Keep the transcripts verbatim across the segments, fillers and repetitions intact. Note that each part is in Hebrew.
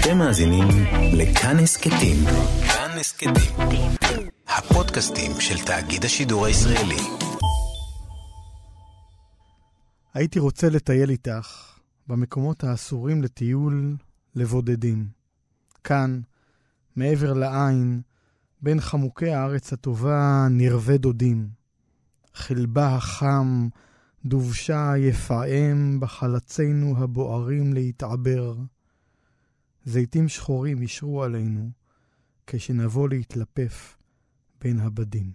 אתם מאזינים לכאן הסקטים. כאן הסקטים. הפודקאסטים של תאגיד השידור הישראלי. הייתי רוצה לטייל איתך במקומות האסורים לטיול לבודדים. כאן, מעבר לעין, בין חמוקי הארץ הטובה נרווה דודים. חלבה החם, דובשה יפעם בחלצינו הבוערים להתעבר. זיתים שחורים ישרו עלינו, כשנבוא להתלפף בין הבדים.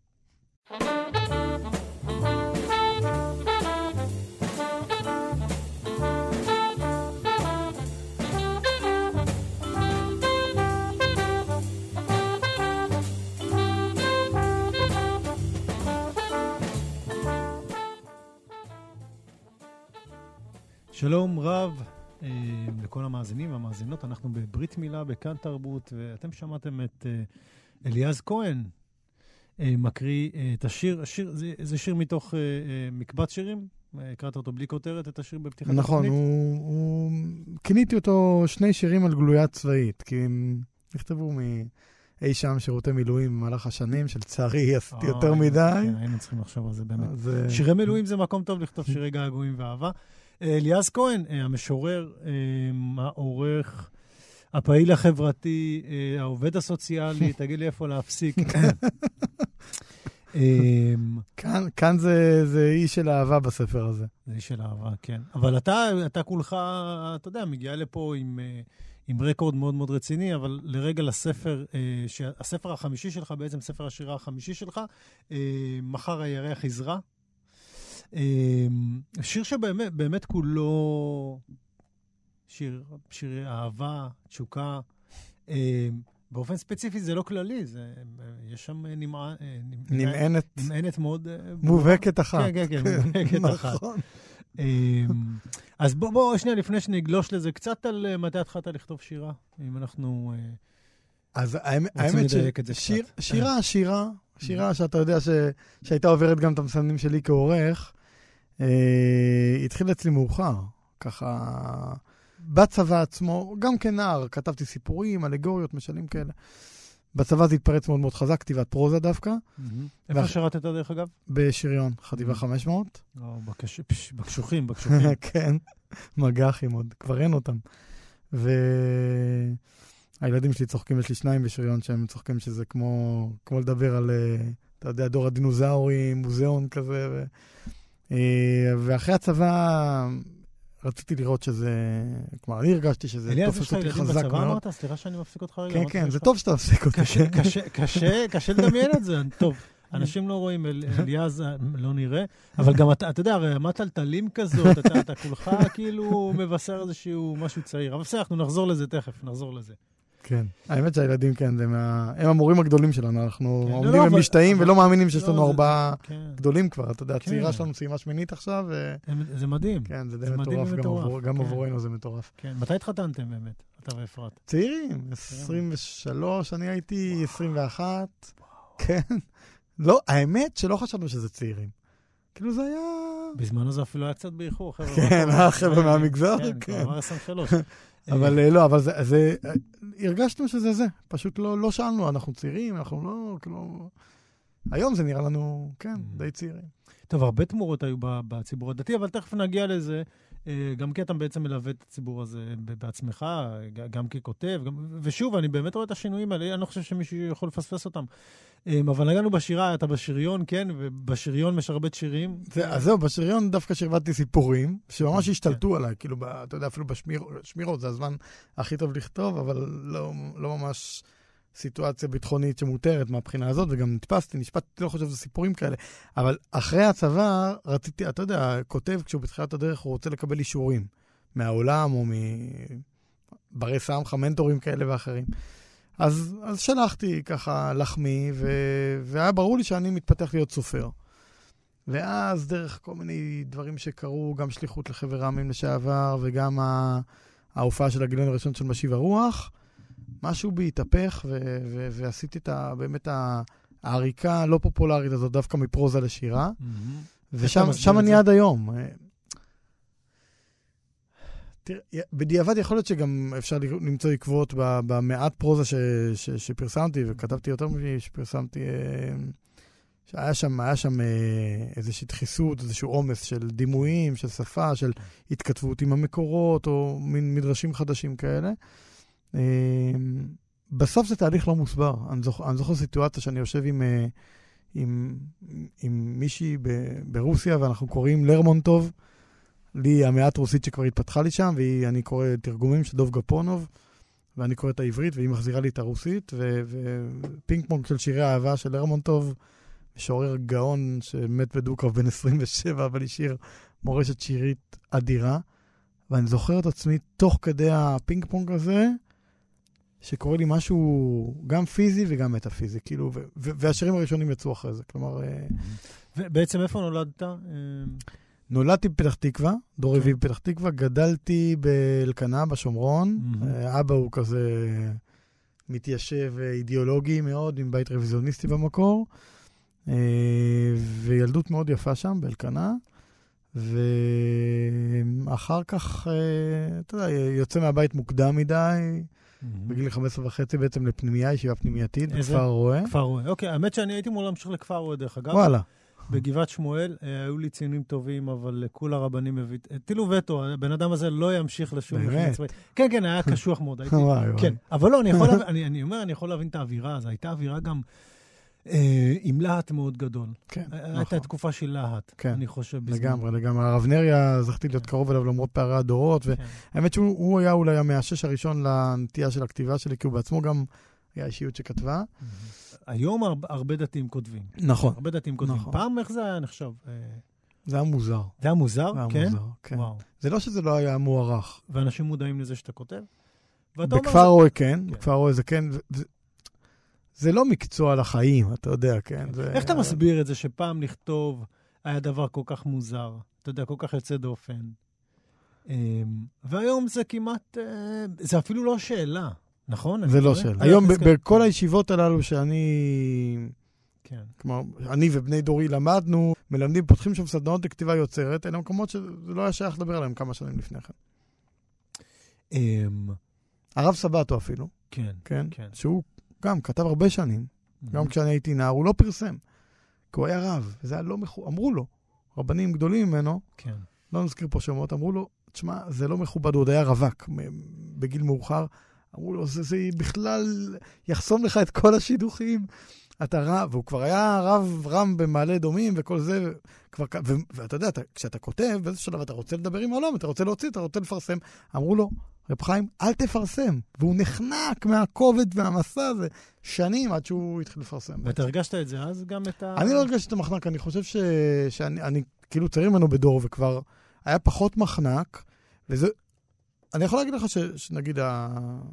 שלום רב אה, לכל המאזינים והמאזינות, אנחנו בברית מילה בכאן תרבות, ואתם שמעתם את אה, אליעז כהן אה, מקריא אה, את השיר, השיר זה, זה שיר מתוך אה, אה, מקבץ שירים, הקראת אותו בלי כותרת, את השיר בפתיחת נכון, התוכנית. נכון, הוא, הוא... כיניתי אותו שני שירים על גלויה צבאית, כי הם נכתבו מאי שם שירותי מילואים במהלך השנים, שלצערי עשיתי אה, יותר מדי. כן, היינו צריכים לחשוב על זה באמת. זה... שירי מילואים זה מקום טוב לכתוב שירי געגועים ואהבה. אליעז כהן, המשורר, העורך, הפעיל החברתי, העובד הסוציאלי, תגיד לי איפה להפסיק. כאן, כאן זה, זה איש של אהבה בספר הזה. זה איש של אהבה, כן. אבל אתה, אתה כולך, אתה יודע, מגיע לפה עם, עם רקורד מאוד מאוד רציני, אבל לרגע לספר, שהספר החמישי שלך, בעצם ספר השירה החמישי שלך, מחר הירח יזרע. שיר שבאמת באמת כולו שיר, שיר אהבה, תשוקה. באופן ספציפי זה לא כללי, זה, יש שם נמע, נמענת, נמענת מאוד מובהקת אחת. כן, כן, כן, מובהקת אחת. נכון. אז בוא, בוא, שנייה, לפני שנגלוש לזה, קצת על מתי התחלת לכתוב שירה, אם אנחנו אז האמת ששירה, שירה, שירה שאתה יודע שהייתה עוברת גם את המסננים שלי כעורך, התחיל אצלי מאוחר, ככה בצבא עצמו, גם כנער, כתבתי סיפורים, אלגוריות, משלים כאלה. בצבא זה התפרץ מאוד מאוד חזק, כתיבת פרוזה דווקא. איפה שרתת דרך אגב? בשריון, חטיבה חמש מאות. בקשוחים, בקשוחים. כן, מגחים עוד, כבר אין אותם. והילדים שלי צוחקים, יש לי שניים בשריון שהם צוחקים שזה כמו, כמו לדבר על, אתה יודע, דור הדינוזאורים, מוזיאון כזה. ו... ואחרי הצבא רציתי לראות שזה, כלומר, אני הרגשתי שזה תופס אותי חזק מאוד. אליעז, יש לך ילדים בצבא אמרת? סליחה שאני מפסיק אותך רגע. כן, כן, זה טוב שאתה מפסיק אותי. קשה לדמיין את זה, טוב. אנשים לא רואים, אליעז לא נראה, אבל גם אתה, אתה יודע, הרי מה טלטלים כזאת, אתה, אתה כולך כאילו מבשר איזשהו משהו צעיר. אבל בסדר, אנחנו נחזור לזה תכף, נחזור לזה. כן, האמת שהילדים כן, הם המורים הגדולים שלנו, אנחנו עומדים ומשתאים ולא מאמינים שיש לנו ארבעה גדולים כבר, אתה יודע, הצעירה שלנו סיימה שמינית עכשיו. זה מדהים. כן, זה די מטורף, גם עבורנו זה מטורף. כן, מתי התחתנתם באמת, אתה ואפרת? צעירים, עשרים ושלוש, אני הייתי עשרים ואחת, כן. לא, האמת שלא חשבנו שזה צעירים. כאילו זה היה... בזמנו זה אפילו היה קצת באיחור, חבר'ה. כן, החבר'ה מהמגזר, כן. כן, כבר עשרים ושלוש. אבל לא, אבל זה, זה, הרגשנו שזה זה. פשוט לא, לא שאלנו, אנחנו צעירים, אנחנו לא, כאילו... היום זה נראה לנו, כן, די צעירים. טוב, הרבה תמורות היו בציבור הדתי, אבל תכף נגיע לזה, גם כי אתה בעצם מלווה את הציבור הזה בעצמך, גם ככותב, ושוב, אני באמת רואה את השינויים האלה, אני לא חושב שמישהו יכול לפספס אותם. אבל נגענו בשירה, אתה בשריון, כן, ובשריון משרבט שירים. אז זהו, בשריון דווקא שרבטתי סיפורים, שממש השתלטו עליי, כאילו, אתה יודע, אפילו בשמירות, זה הזמן הכי טוב לכתוב, אבל לא ממש... סיטואציה ביטחונית שמותרת מהבחינה הזאת, וגם נתפסתי, נשפטתי, לא חושב שזה סיפורים כאלה, אבל אחרי הצבא רציתי, אתה יודע, כותב כשהוא בתחילת הדרך, הוא רוצה לקבל אישורים מהעולם, או מברי סמך, מנטורים כאלה ואחרים. אז, אז שלחתי ככה לחמי, ו... והיה ברור לי שאני מתפתח להיות סופר. ואז דרך כל מיני דברים שקרו, גם שליחות לחבר העמים לשעבר, וגם ההופעה של הגיליון הראשון של משיב הרוח, משהו בי התהפך, ו- ו- ועשיתי את ה- באמת העריקה הלא פופולרית הזאת, דווקא מפרוזה לשירה, ושם שם אני עד היום. תראה, בדיעבד יכול להיות שגם אפשר למצוא עקבות במעט פרוזה ש, ש, שפרסמתי, וכתבתי יותר מי שפרסמתי, שהיה שם, היה שם איזושהי דחיסות, איזשהו עומס של דימויים, של שפה, של התכתבות עם המקורות, או מין מדרשים חדשים כאלה. בסוף זה תהליך לא מוסבר. אני זוכר, אני זוכר סיטואציה שאני יושב עם, עם, עם מישהי ברוסיה, ואנחנו קוראים לרמונטוב, לי המעט רוסית שכבר התפתחה לי שם, ואני קורא תרגומים של דוב גפונוב, ואני קורא את העברית, והיא מחזירה לי את הרוסית, ופינג פונג של שירי האהבה של לרמונטוב, משורר גאון שמת בדו-קרב בן עשרים ושבע, אבל השאיר מורשת שירית אדירה, ואני זוכר את עצמי תוך כדי הפינג פונג הזה, שקורא לי משהו גם פיזי וגם מטאפיזי, כאילו, ו- ו- והשירים הראשונים יצאו אחרי זה, כלומר... ובעצם איפה נולדת? נולדתי בפתח תקווה, דור רביעי בפתח תקווה, גדלתי באלקנה, בשומרון, אבא הוא כזה מתיישב אידיאולוגי מאוד, עם בית רוויזיוניסטי במקור, וילדות מאוד יפה שם, באלקנה, ואחר כך, אתה יודע, יוצא מהבית מוקדם מדי, בגיל חמש עשרה וחצי בעצם לפנימיה, ישיבה פנימייתית, בכפר רואה. כפר רואה, אוקיי, האמת שאני הייתי מול להמשיך לכפר רואה, דרך אגב. וואלה. בגבעת שמואל, היו לי ציונים טובים, אבל כל הרבנים הטילו וטו, הבן אדם הזה לא ימשיך לשום מכינה צבאית. כן, כן, היה קשוח מאוד. כן, אבל לא, אני אומר, אני יכול להבין את האווירה, אז הייתה אווירה גם עם להט מאוד גדול. הייתה תקופה של להט, אני חושב. לגמרי, לגמרי. הרב נריה, זכתי להיות קרוב אליו למרות פערי הדורות, והאמת שהוא היה אולי המאשש הראשון לנטייה של הכתיבה שלי, כי הוא בעצמו גם היה אישיות שכתבה. היום הרבה דתיים כותבים. נכון. הרבה דתיים כותבים. פעם איך זה היה נחשב? זה היה מוזר. זה היה מוזר? כן? כן. זה לא שזה לא היה מוערך. ואנשים מודעים לזה שאתה כותב? בכפר רואה כן, בכפר רואה זה כן. זה לא מקצוע לחיים, אתה יודע, כן. איך אתה מסביר את זה שפעם לכתוב היה דבר כל כך מוזר? אתה יודע, כל כך יוצא דופן. והיום זה כמעט, זה אפילו לא שאלה. נכון? זה לא שאלה. היום בכל הישיבות הללו שאני, כמו, אני ובני דורי למדנו, מלמדים, פותחים שם סדנאות לכתיבה יוצרת, אלה מקומות שזה לא היה שייך לדבר עליהם כמה שנים לפני כן. הרב סבתו אפילו. כן. כן? שהוא גם כתב הרבה שנים, גם כשאני הייתי נער, הוא לא פרסם. כי הוא היה רב, וזה היה לא מכובד. אמרו לו, רבנים גדולים ממנו, לא נזכיר פה שמות, אמרו לו, תשמע, זה לא מכובד, הוא עוד היה רווק בגיל מאוחר, אמרו לו, זה, זה בכלל יחסום לך את כל השידוכים. אתה רב, והוא כבר היה רב רם במעלה דומים וכל זה, כבר, ו, ואתה יודע, אתה, כשאתה כותב, באיזה שלב אתה רוצה לדבר עם העולם, אתה רוצה להוציא, אתה רוצה לפרסם. אמרו לו, רב חיים, אל תפרסם. והוא נחנק מהכובד והמסע הזה, שנים עד שהוא התחיל לפרסם. ואתה הרגשת את זה אז גם את ה... אני לא הרגשתי את המחנק, אני חושב ש... שאני אני, כאילו צעיר ממנו בדור, וכבר היה פחות מחנק, וזה... אני יכול להגיד לך ש, שנגיד, ה...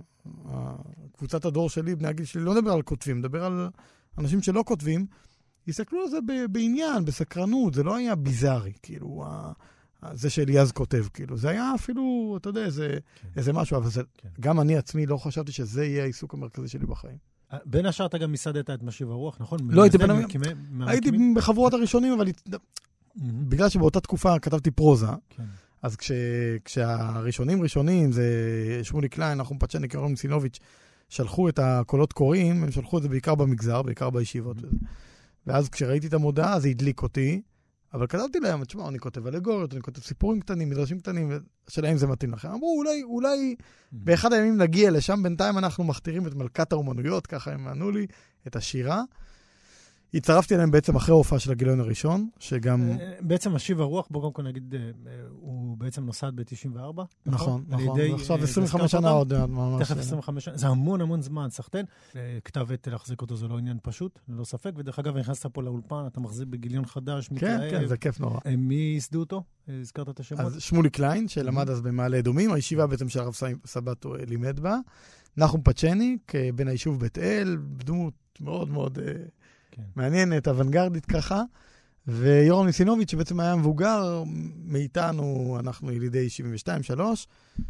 קבוצת הדור שלי, בני הגיל שלי, לא מדבר על כותבים, מדבר על אנשים שלא כותבים, יסתכלו על זה ב- בעניין, בסקרנות, זה לא היה ביזארי, כאילו, ה... זה שאליעז כותב, כאילו, זה היה אפילו, אתה יודע, איזה, כן. איזה משהו, אבל זה, כן. גם אני עצמי לא חשבתי שזה יהיה העיסוק המרכזי שלי בחיים. בין השאר אתה גם מסעדת את משיב הרוח, נכון? לא הייתי בין המ... הייתי בחבורות הראשונים, אבל בגלל שבאותה תקופה כתבתי פרוזה, כן. אז כש, כשהראשונים ראשונים, זה שמולי קליין, נחום פצ'ניק, ירון סינוביץ', שלחו את הקולות קוראים, הם שלחו את זה בעיקר במגזר, בעיקר בישיבות. Mm-hmm. ואז כשראיתי את המודעה, זה הדליק אותי, אבל כתבתי להם, תשמע, אני כותב אלגוריות, אני כותב סיפורים קטנים, מדרשים קטנים, השאלה אם זה מתאים לכם. אמרו, אולי, אולי mm-hmm. באחד הימים נגיע לשם, בינתיים אנחנו מכתירים את מלכת האומנויות, ככה הם ענו לי, את השירה. הצטרפתי אליהם בעצם אחרי ההופעה של הגיליון הראשון, שגם... בעצם משיב הרוח, בוא קודם כל נגיד, הוא בעצם נוסד ב-תשעים וארבע. נכון, נכון. עכשיו עשרים וחמש שנה עוד. תכף עשרים וחמש שנה. זה המון המון זמן, סחטן. כתב עת להחזיק אותו זה לא עניין פשוט, ללא ספק. ודרך אגב, נכנסת פה לאולפן, אתה מחזיק בגיליון חדש, מתלהב. כן, כן, זה כיף נורא. מי ייסדו אותו? הזכרת את השמות? אז שמולי קליין, שלמד אז במעלה אדומים, הישיבה בעצם של הרב סבתו לימד בה. נחום פצ'ניק, בן היישוב בית אל, דמות מאוד מאוד מעניינת, אוונגרדית ככה, ויורם ניסינוביץ' שבעצם היה מבוגר מאיתנו, אנחנו ילידי שבעים ושתיים שלוש.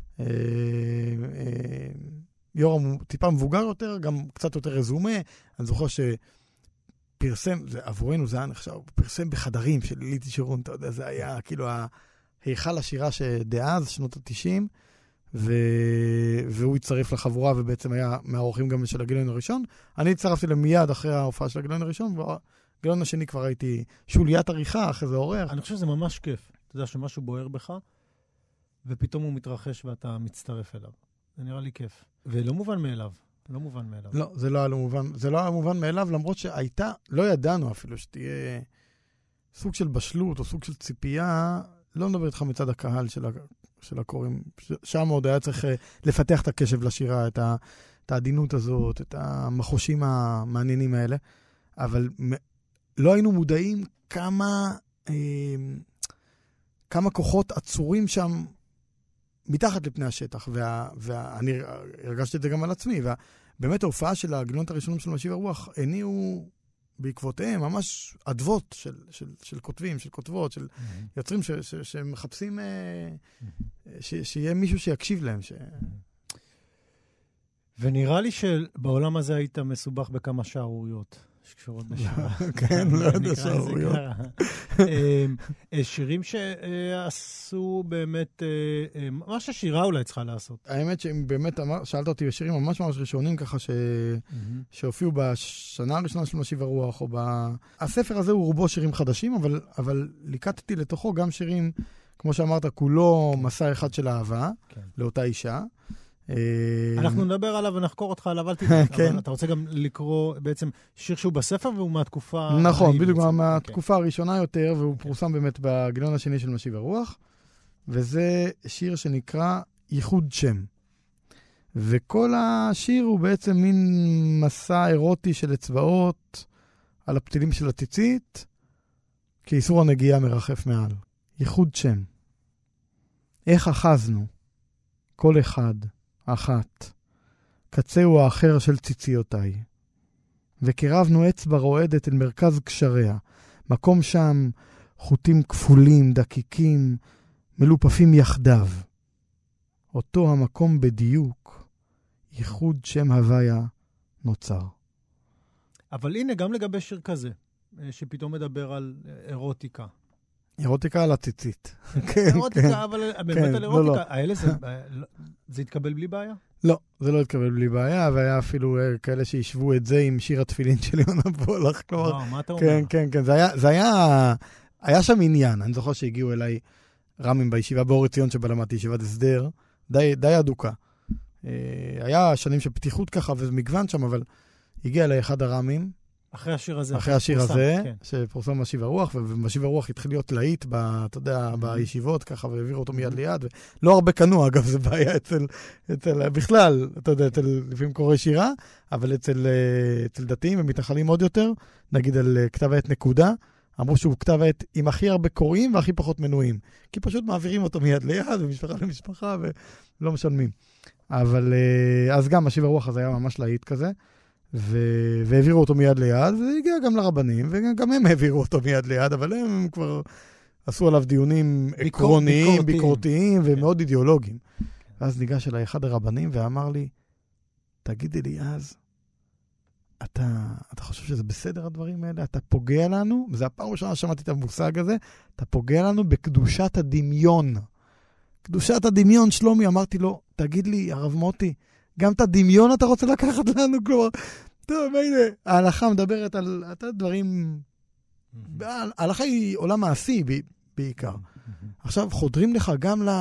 יורם הוא טיפה מבוגר יותר, גם קצת יותר רזומה. אני זוכר שפרסם, זה, עבורנו זה היה נחשב, הוא פרסם בחדרים של ליטי שרון, אתה יודע, זה היה כאילו ההיכל השירה שדאז, שנות ה-תשעים, ו... והוא הצטרף לחבורה, ובעצם היה מהאורחים גם של הגילון הראשון. אני הצטרפתי למיד אחרי ההופעה של הגילון הראשון, והגילון השני כבר הייתי שוליית עריכה, אחרי זה עורך. אני חושב שזה ממש כיף. אתה יודע שמשהו בוער בך, ופתאום הוא מתרחש ואתה מצטרף אליו. זה נראה לי כיף. ולא מובן מאליו. לא מובן מאליו. לא, זה לא היה מובן, זה לא היה מובן מאליו, למרות שהייתה, לא ידענו אפילו שתהיה סוג של בשלות או סוג של ציפייה, לא נדבר איתך מצד הקהל של, של הקוראים. שם עוד היה צריך לפתח את הקשב לשירה, את, ה, את העדינות הזאת, את המחושים המעניינים האלה, אבל לא היינו מודעים כמה, אה, כמה כוחות עצורים שם מתחת לפני השטח, ואני הרגשתי את זה גם על עצמי, ובאמת ההופעה של הגילונות הראשונים של משיב הרוח הניעו בעקבותיהם ממש עדבות של, של, של כותבים, של כותבות, של mm-hmm. יוצרים ש, ש, שמחפשים mm-hmm. ש, שיהיה מישהו שיקשיב להם. ש... ונראה לי שבעולם הזה היית מסובך בכמה שערוריות. שקשורות בשירה. כן, לא יודע שערוריות. שירים שעשו באמת, מה שהשירה אולי צריכה לעשות. האמת שאם באמת שאלת אותי בשירים ממש ממש ראשונים ככה שהופיעו בשנה הראשונה של משיב הרוח, או הספר הזה הוא רובו שירים חדשים, אבל ליקטתי לתוכו גם שירים, כמו שאמרת, כולו מסע אחד של אהבה לאותה אישה. אנחנו נדבר עליו ונחקור אותך עליו, אל תדע. אבל אתה רוצה גם לקרוא בעצם שיר שהוא בספר והוא מהתקופה... נכון, בדיוק מהתקופה הראשונה יותר, והוא פורסם באמת בגילון השני של משיב הרוח, וזה שיר שנקרא ייחוד שם. וכל השיר הוא בעצם מין מסע אירוטי של אצבעות על הפתילים של הציצית, כי איסור הנגיעה מרחף מעל. ייחוד שם. איך אחזנו? כל אחד. אחת, קצהו האחר של ציציותיי. וקרבנו אצבע רועדת אל מרכז קשריה, מקום שם חוטים כפולים, דקיקים, מלופפים יחדיו. אותו המקום בדיוק, ייחוד שם הוויה נוצר. אבל הנה, גם לגבי שיר כזה, שפתאום מדבר על אירוטיקה. אירוטיקה על הציצית. אירוטיקה, אבל באמת על אירוטיקה. האלה זה התקבל בלי בעיה? לא, זה לא התקבל בלי בעיה, והיה אפילו כאלה שישבו את זה עם שיר התפילין של יונה פולח. וואו, מה אתה אומר? כן, כן, כן. זה היה, היה שם עניין. אני זוכר שהגיעו אליי רמים בישיבה באור עציון שבה למדתי ישיבת הסדר, די אדוקה. היה שנים של פתיחות ככה ומגוון שם, אבל הגיע אליי אחד הרמים, אחרי השיר הזה. אחרי השיר הזה, שפורסם משיב הרוח, ומשיב הרוח התחיל להיות להיט, אתה יודע, בישיבות ככה, והעבירו אותו מיד ליד, ולא הרבה קנו, אגב, זה בעיה אצל, בכלל, אתה יודע, לפעמים קורא שירה, אבל אצל דתיים ומתנחלים עוד יותר, נגיד על כתב העת נקודה, אמרו שהוא כתב העת עם הכי הרבה קוראים והכי פחות מנויים, כי פשוט מעבירים אותו מיד ליד, ומשפחה למשפחה, ולא משלמים. אבל אז גם משיב הרוח הזה היה ממש להיט כזה, ו- והעבירו אותו מיד ליד, וזה הגיע גם לרבנים, וגם הם העבירו אותו מיד ליד, אבל הם כבר עשו עליו דיונים ביקור, עקרוניים, ביקורתיים, ביקורתיים ומאוד כן. אידיאולוגיים. ואז ניגש אליי אחד הרבנים ואמר לי, תגידי לי אז, אתה, אתה חושב שזה בסדר הדברים האלה? אתה פוגע לנו, וזה הפעם ראשונה שמעתי את המושג הזה, אתה פוגע לנו בקדושת הדמיון. קדושת הדמיון, שלומי, אמרתי לו, תגיד לי, הרב מוטי, גם את הדמיון אתה רוצה לקחת לנו, כלומר, טוב, הנה, ההלכה מדברת על דברים, ההלכה היא עולם מעשי בעיקר. עכשיו, חודרים לך גם ל...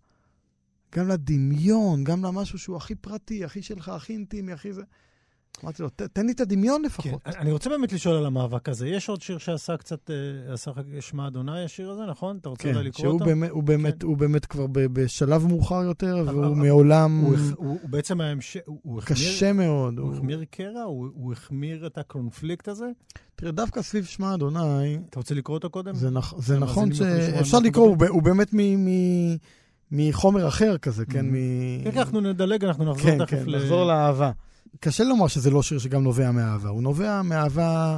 גם לדמיון, גם למשהו שהוא הכי פרטי, הכי שלך, הכי אינטימי, הכי זה. אמרתי לו, תן לי את הדמיון לפחות. כן, אני רוצה באמת לשאול על המאבק הזה. יש עוד שיר שעשה קצת, עשה שמע אדוני, השיר הזה, נכון? אתה רוצה כן, אולי לקרוא אותו? כן, שהוא באמת, הוא באמת כבר בשלב מאוחר יותר, והוא מעולם... הוא, הוא, הוא בעצם ההמשך... הוא קשה מאוד. הוא החמיר קרע? הוא, הוא החמיר את הקונפליקט הזה? תראה, דווקא סביב שמע אדוני... אתה רוצה לקרוא אותו קודם? זה, נכ... זה נכון שאפשר לקרוא, הוא, הוא באמת מ... מ... מחומר אחר כזה, כן? כן, אנחנו נדלג, אנחנו נחזור תכף ל... נחזור לאהבה. קשה לומר שזה לא שיר שגם נובע מאהבה. הוא נובע מאהבה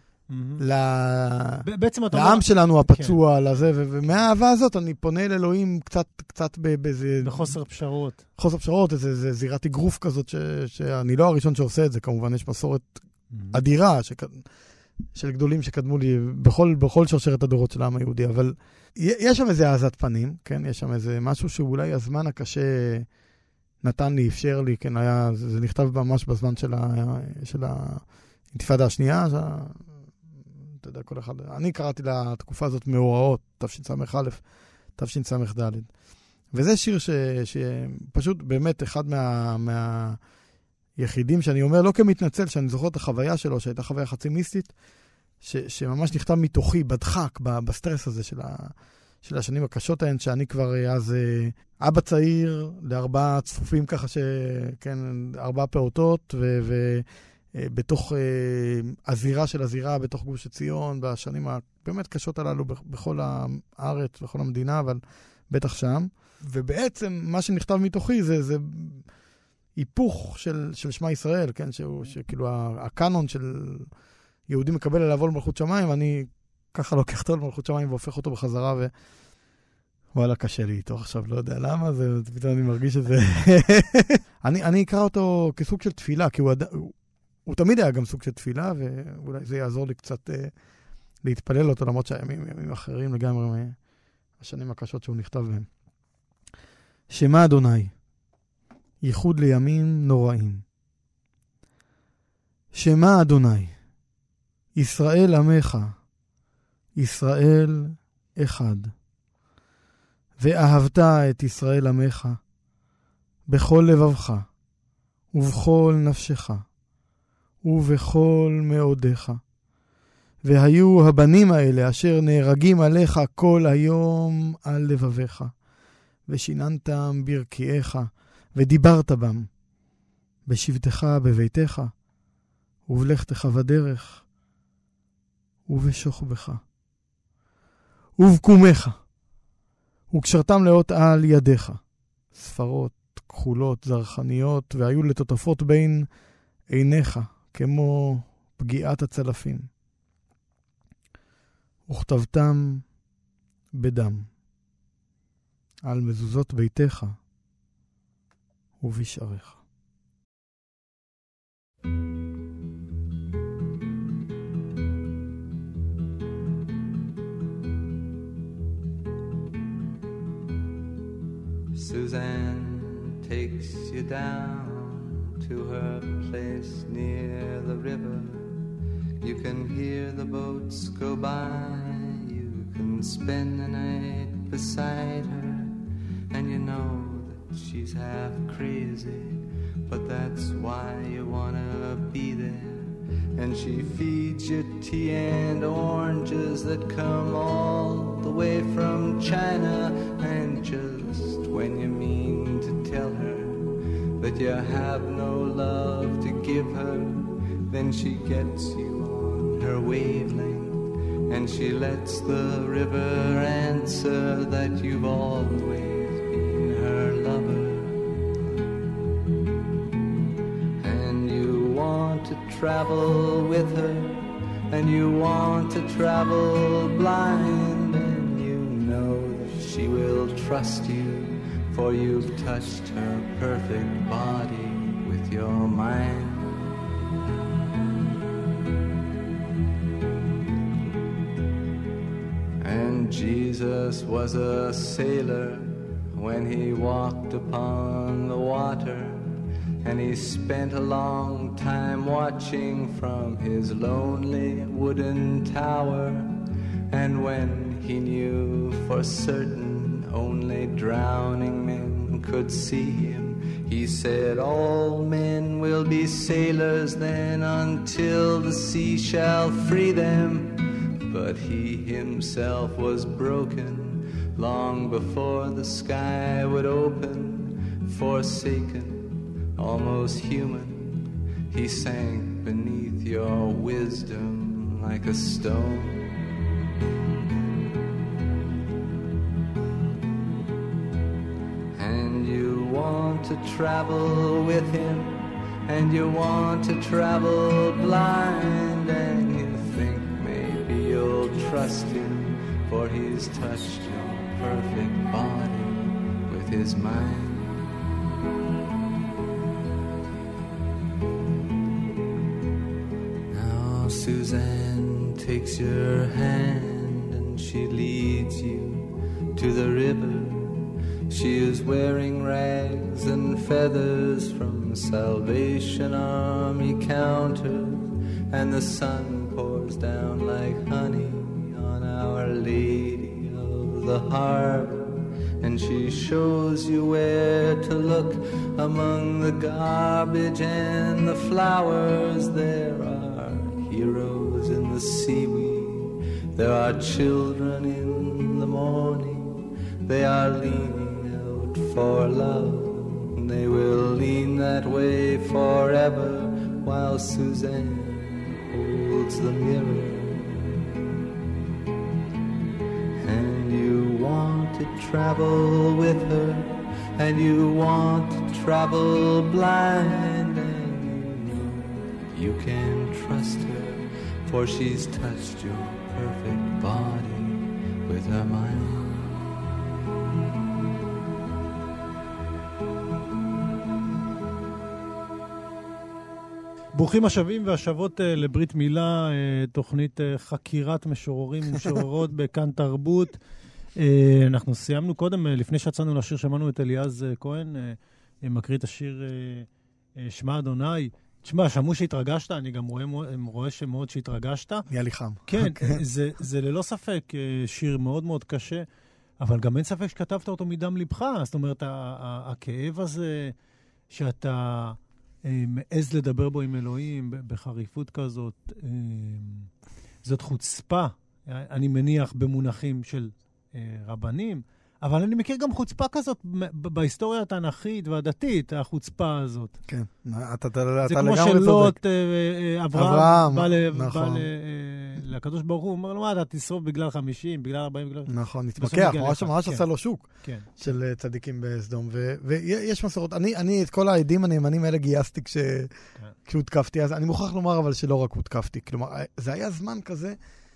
לעם שלנו הפצוע, לזה, ומהאהבה הזאת אני פונה אל אלוהים קצת באיזה... בחוסר פשרות. חוסר פשרות, איזה זירת אגרוף כזאת, שאני לא הראשון שעושה את זה, כמובן יש מסורת אדירה של גדולים שקדמו לי בכל שרשרת הדורות של העם היהודי, אבל יש שם איזה העזת פנים, כן? יש שם איזה משהו שאולי הזמן הקשה נתן לי, אפשר לי, כן, היה, זה, זה נכתב ממש בזמן של, ה, של האינתיפאדה השנייה, ש... אתה יודע, כל אחד, אני קראתי לתקופה הזאת מאורעות, תשס"א, תשס"ד. וזה שיר ש, שפשוט באמת אחד מה, מהיחידים שאני אומר, לא כמתנצל, שאני זוכר את החוויה שלו, שהייתה חוויה חצי מיסטית, ש, שממש נכתב מתוכי, בדחק, בסטרס הזה של, ה, של השנים הקשות ההן, שאני כבר אז אבא צעיר, לארבעה צפופים ככה, שכן, ארבעה פעוטות, ו... ו בתוך הזירה של הזירה, בתוך גוש עציון, בשנים הבאמת קשות הללו בכל הארץ, בכל המדינה, אבל בטח שם. ובעצם מה שנכתב מתוכי זה, זה היפוך של, של שמה ישראל, כן? שהוא, שכאילו הקאנון של יהודי מקבל עליו עול מלכות שמיים, אני ככה לוקח אותו למלכות שמיים והופך אותו בחזרה, ו... וואלה, קשה לי איתו עכשיו, לא יודע למה, זה, פתאום אני מרגיש שזה... אני, אני אקרא אותו כסוג של תפילה, כי הוא... הוא הוא תמיד היה גם סוג של תפילה, ואולי זה יעזור לי קצת אה, להתפלל אותו, למרות שהימים ימים אחרים לגמרי, השנים הקשות שהוא נכתב בהם. שמה אדוני, ייחוד לימים נוראים. שמה אדוני, ישראל עמך, ישראל אחד. ואהבת את ישראל עמך, בכל לבבך, ובכל נפשך. ובכל מאודיך. והיו הבנים האלה אשר נהרגים עליך כל היום על לבביך, ושיננתם ברקיעיך, ודיברת בם, בשבתך בביתך, ובלכתך בדרך, ובשוכבך, ובקומך, וקשרתם לאות על ידיך, ספרות, כחולות, זרחניות, והיו לטוטפות בין עיניך, כמו פגיעת הצלפים. וכתבתם בדם, על מזוזות ביתך ובשעריך. Suzanne takes you down to her place near the river. You can hear the boats go by. You can spend the night beside her. And you know that she's half crazy, but that's why you wanna be there. And she feeds you tea and oranges that come all the way from China. And just when you mean to tell her that you have no love to give her, then she gets you on her wavelength, and she lets the river answer that you've always been her lover. And you want to travel with her, and you want to travel blind, and you know that she will trust you, for you've touched her perfect body with your mind. And Jesus was a sailor when he walked upon the water, and he spent a long time watching from his lonely wooden tower. And when he knew for certain only drowning men could see him, he said, all men will be sailors then until the sea shall free them. But he himself was broken long before the sky would open. Forsaken, almost human, he sank beneath your wisdom like a stone. To travel with him, and you want to travel blind, and you think maybe you'll trust him, for he's touched your perfect body with his mind. Now Suzanne takes your hand and she leads you to the river. She is wearing rags and feathers from Salvation Army counters, and the sun pours down like honey on Our Lady of the Harbor. And she shows you where to look among the garbage and the flowers. There are heroes in the seaweed. There are children in the morning. They are leaning out for love. And they will lean that way forever while Suzanne holds the mirror. To travel with her, and you want to travel blind, and you know you can trust her, for she's touched your perfect body with her mind. ברוכים השבים והשבות לברית מילה, תוכנית חקירת משוררים ומשוררות בכאן תרבות. אנחנו סיימנו קודם, לפני שיצאנו לשיר, שמענו את אליעז כהן, מקריא את השיר שמע אדוני. תשמע, שמעו שהתרגשת, אני גם רואה, רואה שמאוד שהתרגשת. נהיה לי חם. כן, זה, זה ללא ספק שיר מאוד מאוד קשה, אבל גם אין ספק שכתבת אותו מדם לבך. זאת אומרת, הכאב הזה שאתה מעז לדבר בו עם אלוהים בחריפות כזאת, זאת חוצפה, אני מניח במונחים של רבנים, אבל אני מכיר גם חוצפה כזאת בהיסטוריה התנ"כית והדתית, החוצפה הזאת. כן, אתה לגמרי צודק. זה כמו שלוט אברהם בא לקדוש ברוך הוא, אומר לו, מה, אתה תשרוף בגלל חמישים, בגלל ארבעים, בגלל... נכון, נתמקח, ממש עשה לו שוק של צדיקים בסדום, ויש מסורות. אני את כל העדים הנאמנים האלה גייסתי כשהותקפתי, אז אני מוכרח לומר אבל שלא רק הותקפתי, כלומר, זה היה זמן כזה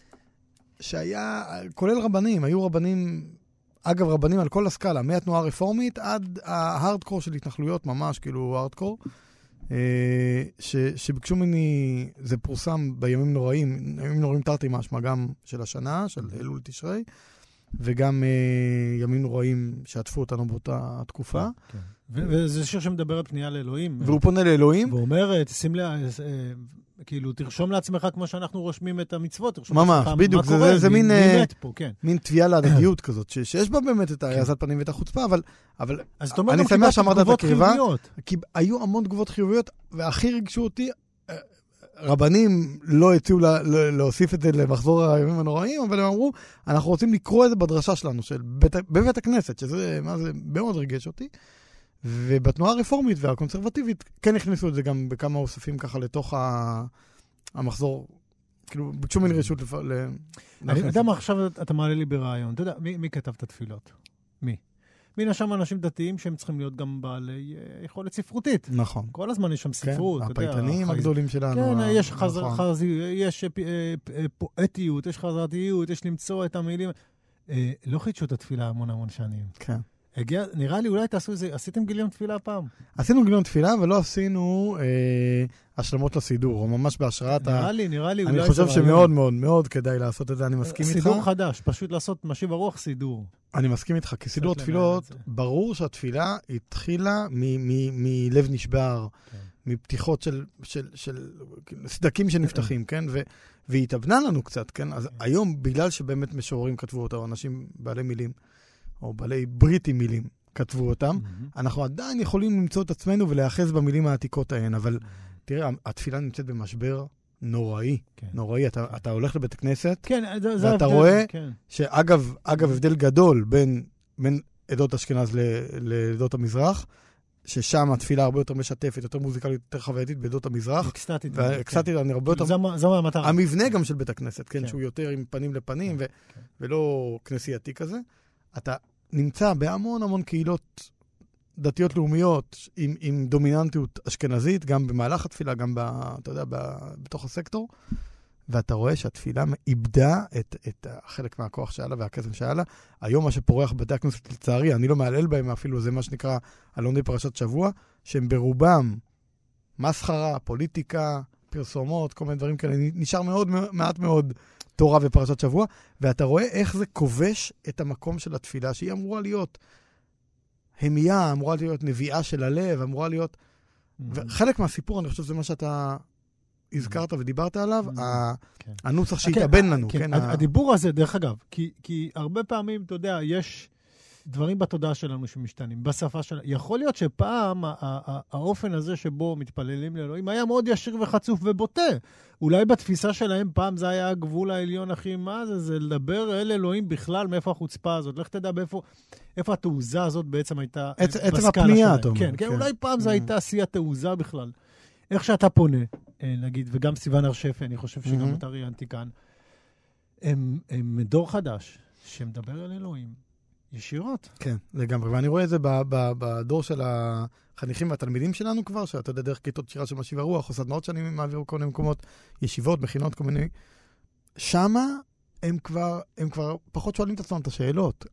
שהיה, כולל רבנים, היו רבנים, אגב רבנים על כל הסקאלה, מהתנועה הרפורמית עד ההארדקור של התנחלויות, ממש כאילו הארדקור, ש, שביקשו ממני, זה פורסם בימים נוראים, ימים נוראים תרתי משמע, גם של השנה, של אלול תשרי, וגם ימים נוראים שעטפו אותנו באותה תקופה. כן. וזה שיר שמדבר על פנייה לאלוהים. והוא פונה לאלוהים. ואומר, תשים לה... כאילו, תרשום לעצמך כמו שאנחנו רושמים את המצוות. ממש, בדיוק, זה, זה, זה מין, פה, כן. מין תביעה להדדיות כזאת, ש, שיש בה באמת את העזת פנים ואת החוצפה, אבל, אבל אני שמח שאמרת את הקריבה, כי היו המון תגובות חיוביות, והכי רגשו אותי, רבנים לא הציעו לה, להוסיף את זה למחזור הימים הנוראים, אבל הם אמרו, אנחנו רוצים לקרוא את זה בדרשה שלנו, של בית, בבית הכנסת, שזה מה זה, מאוד רגש אותי, ובתנועה הרפורמית והקונסרבטיבית כן הכניסו את זה גם בכמה אוספים ככה לתוך המחזור, כאילו ביקשו מני רשות לפ... אני יודע מה, עכשיו אתה מעלה לי ברעיון, אתה יודע, מי, מי כתב את התפילות? מי? מי נשם אנשים דתיים שהם צריכים להיות גם בעלי יכולת ספרותית. נכון. כל הזמן יש שם ספרות. כן, הפייטנים הגדולים שלנו. כן, יש פואטיות, יש חזרתיות, יש למצוא את המילים. לא חידשו את התפילה המון המון שנים. כן. הגיע, נראה לי, אולי תעשו איזה, עשיתם גיליון תפילה פעם? עשינו גיליון תפילה, ולא עשינו אה, השלמות לסידור, או ממש בהשראת נראה ה... לי, נראה לי, אני חושב שמאוד מאוד מאוד כדאי לעשות את זה, אני מסכים איתך. סידור חדש, פשוט לעשות משיב הרוח סידור. אני מסכים איתך, כי סידור תפילות, ברור שהתפילה התחילה מלב נשבר, מפתיחות של, של, של סדקים שנפתחים, כן? ו, והיא התאבנה לנו קצת, כן? אז היום, בגלל שבאמת משוררים כתבו אותה, או אנשים בעלי מילים, או בעלי בריטי מילים כתבו אותם, mm-hmm. אנחנו עדיין יכולים למצוא את עצמנו ולהאחז במילים העתיקות ההן, אבל תראה, התפילה נמצאת במשבר נוראי, כן. נוראי. אתה, אתה הולך לבית הכנסת, כן, זה, זה ואתה הבדל, רואה כן. שאגב, אגב, הבדל גדול בין, בין עדות אשכנז לעדות המזרח, ששם התפילה הרבה יותר משתפת, יותר מוזיקלית, יותר חווייתית בעדות המזרח. אקסטטית. ואקסטטית, אני הרבה יותר... זו המטרה. המבנה גם של בית הכנסת, כן, שהוא יותר עם פנים לפנים, ולא כנסייתי כזה. אתה נמצא בהמון המון קהילות דתיות לאומיות עם, עם דומיננטיות אשכנזית, גם במהלך התפילה, גם ב, אתה יודע, ב, בתוך הסקטור, ואתה רואה שהתפילה איבדה את, את חלק מהכוח שהיה לה והקסם שהיה לה. היום מה שפורח בתי הכנסת לצערי, אני לא מעלל בהם אפילו, זה מה שנקרא אלוני פרשת שבוע, שהם ברובם מסחרה, פוליטיקה, פרסומות, כל מיני דברים כאלה, נשאר מאוד, מעט מאוד תורה ופרשת שבוע, ואתה רואה איך זה כובש את המקום של התפילה, שהיא אמורה להיות המיה, אמורה להיות נביאה של הלב, אמורה להיות... וחלק מהסיפור, אני חושב, זה מה שאתה הזכרת ודיברת עליו, הנוסח שהתאבן לנו. הדיבור הזה, דרך אגב, כי הרבה פעמים, אתה יודע, יש דברים בתודעה שלנו שמשתנים, בשפה שלנו. יכול להיות שפעם האופן הזה שבו מתפללים לאלוהים היה מאוד ישיר וחצוף ובוטה. אולי בתפיסה שלהם פעם זה היה הגבול העליון, אחי, מה זה? זה לדבר אל אלוהים בכלל, מאיפה החוצפה הזאת. לך תדע באיפה, איפה התעוזה הזאת בעצם הייתה עצם הפנייה, אתה אומר. כן, כן, אולי פעם זה הייתה עשייה תעוזה בכלל. איך שאתה פונה, נגיד, וגם סיוון הרשף, אני חושב שגם אתה ראיינתי כאן, הם מדור חדש שמדבר אל אלוהים. ישירות. כן, לגמרי. ואני רואה את זה בדור של החניכים והתלמידים שלנו כבר, שאתה יודע, דרך כיתות שירה של משיב הרוח, או סדנאות שאני מעביר כל מיני מקומות, ישיבות, מכינות, כל מיני... שמה הם כבר, הם כבר פחות שואלים את עצמם את השאלות.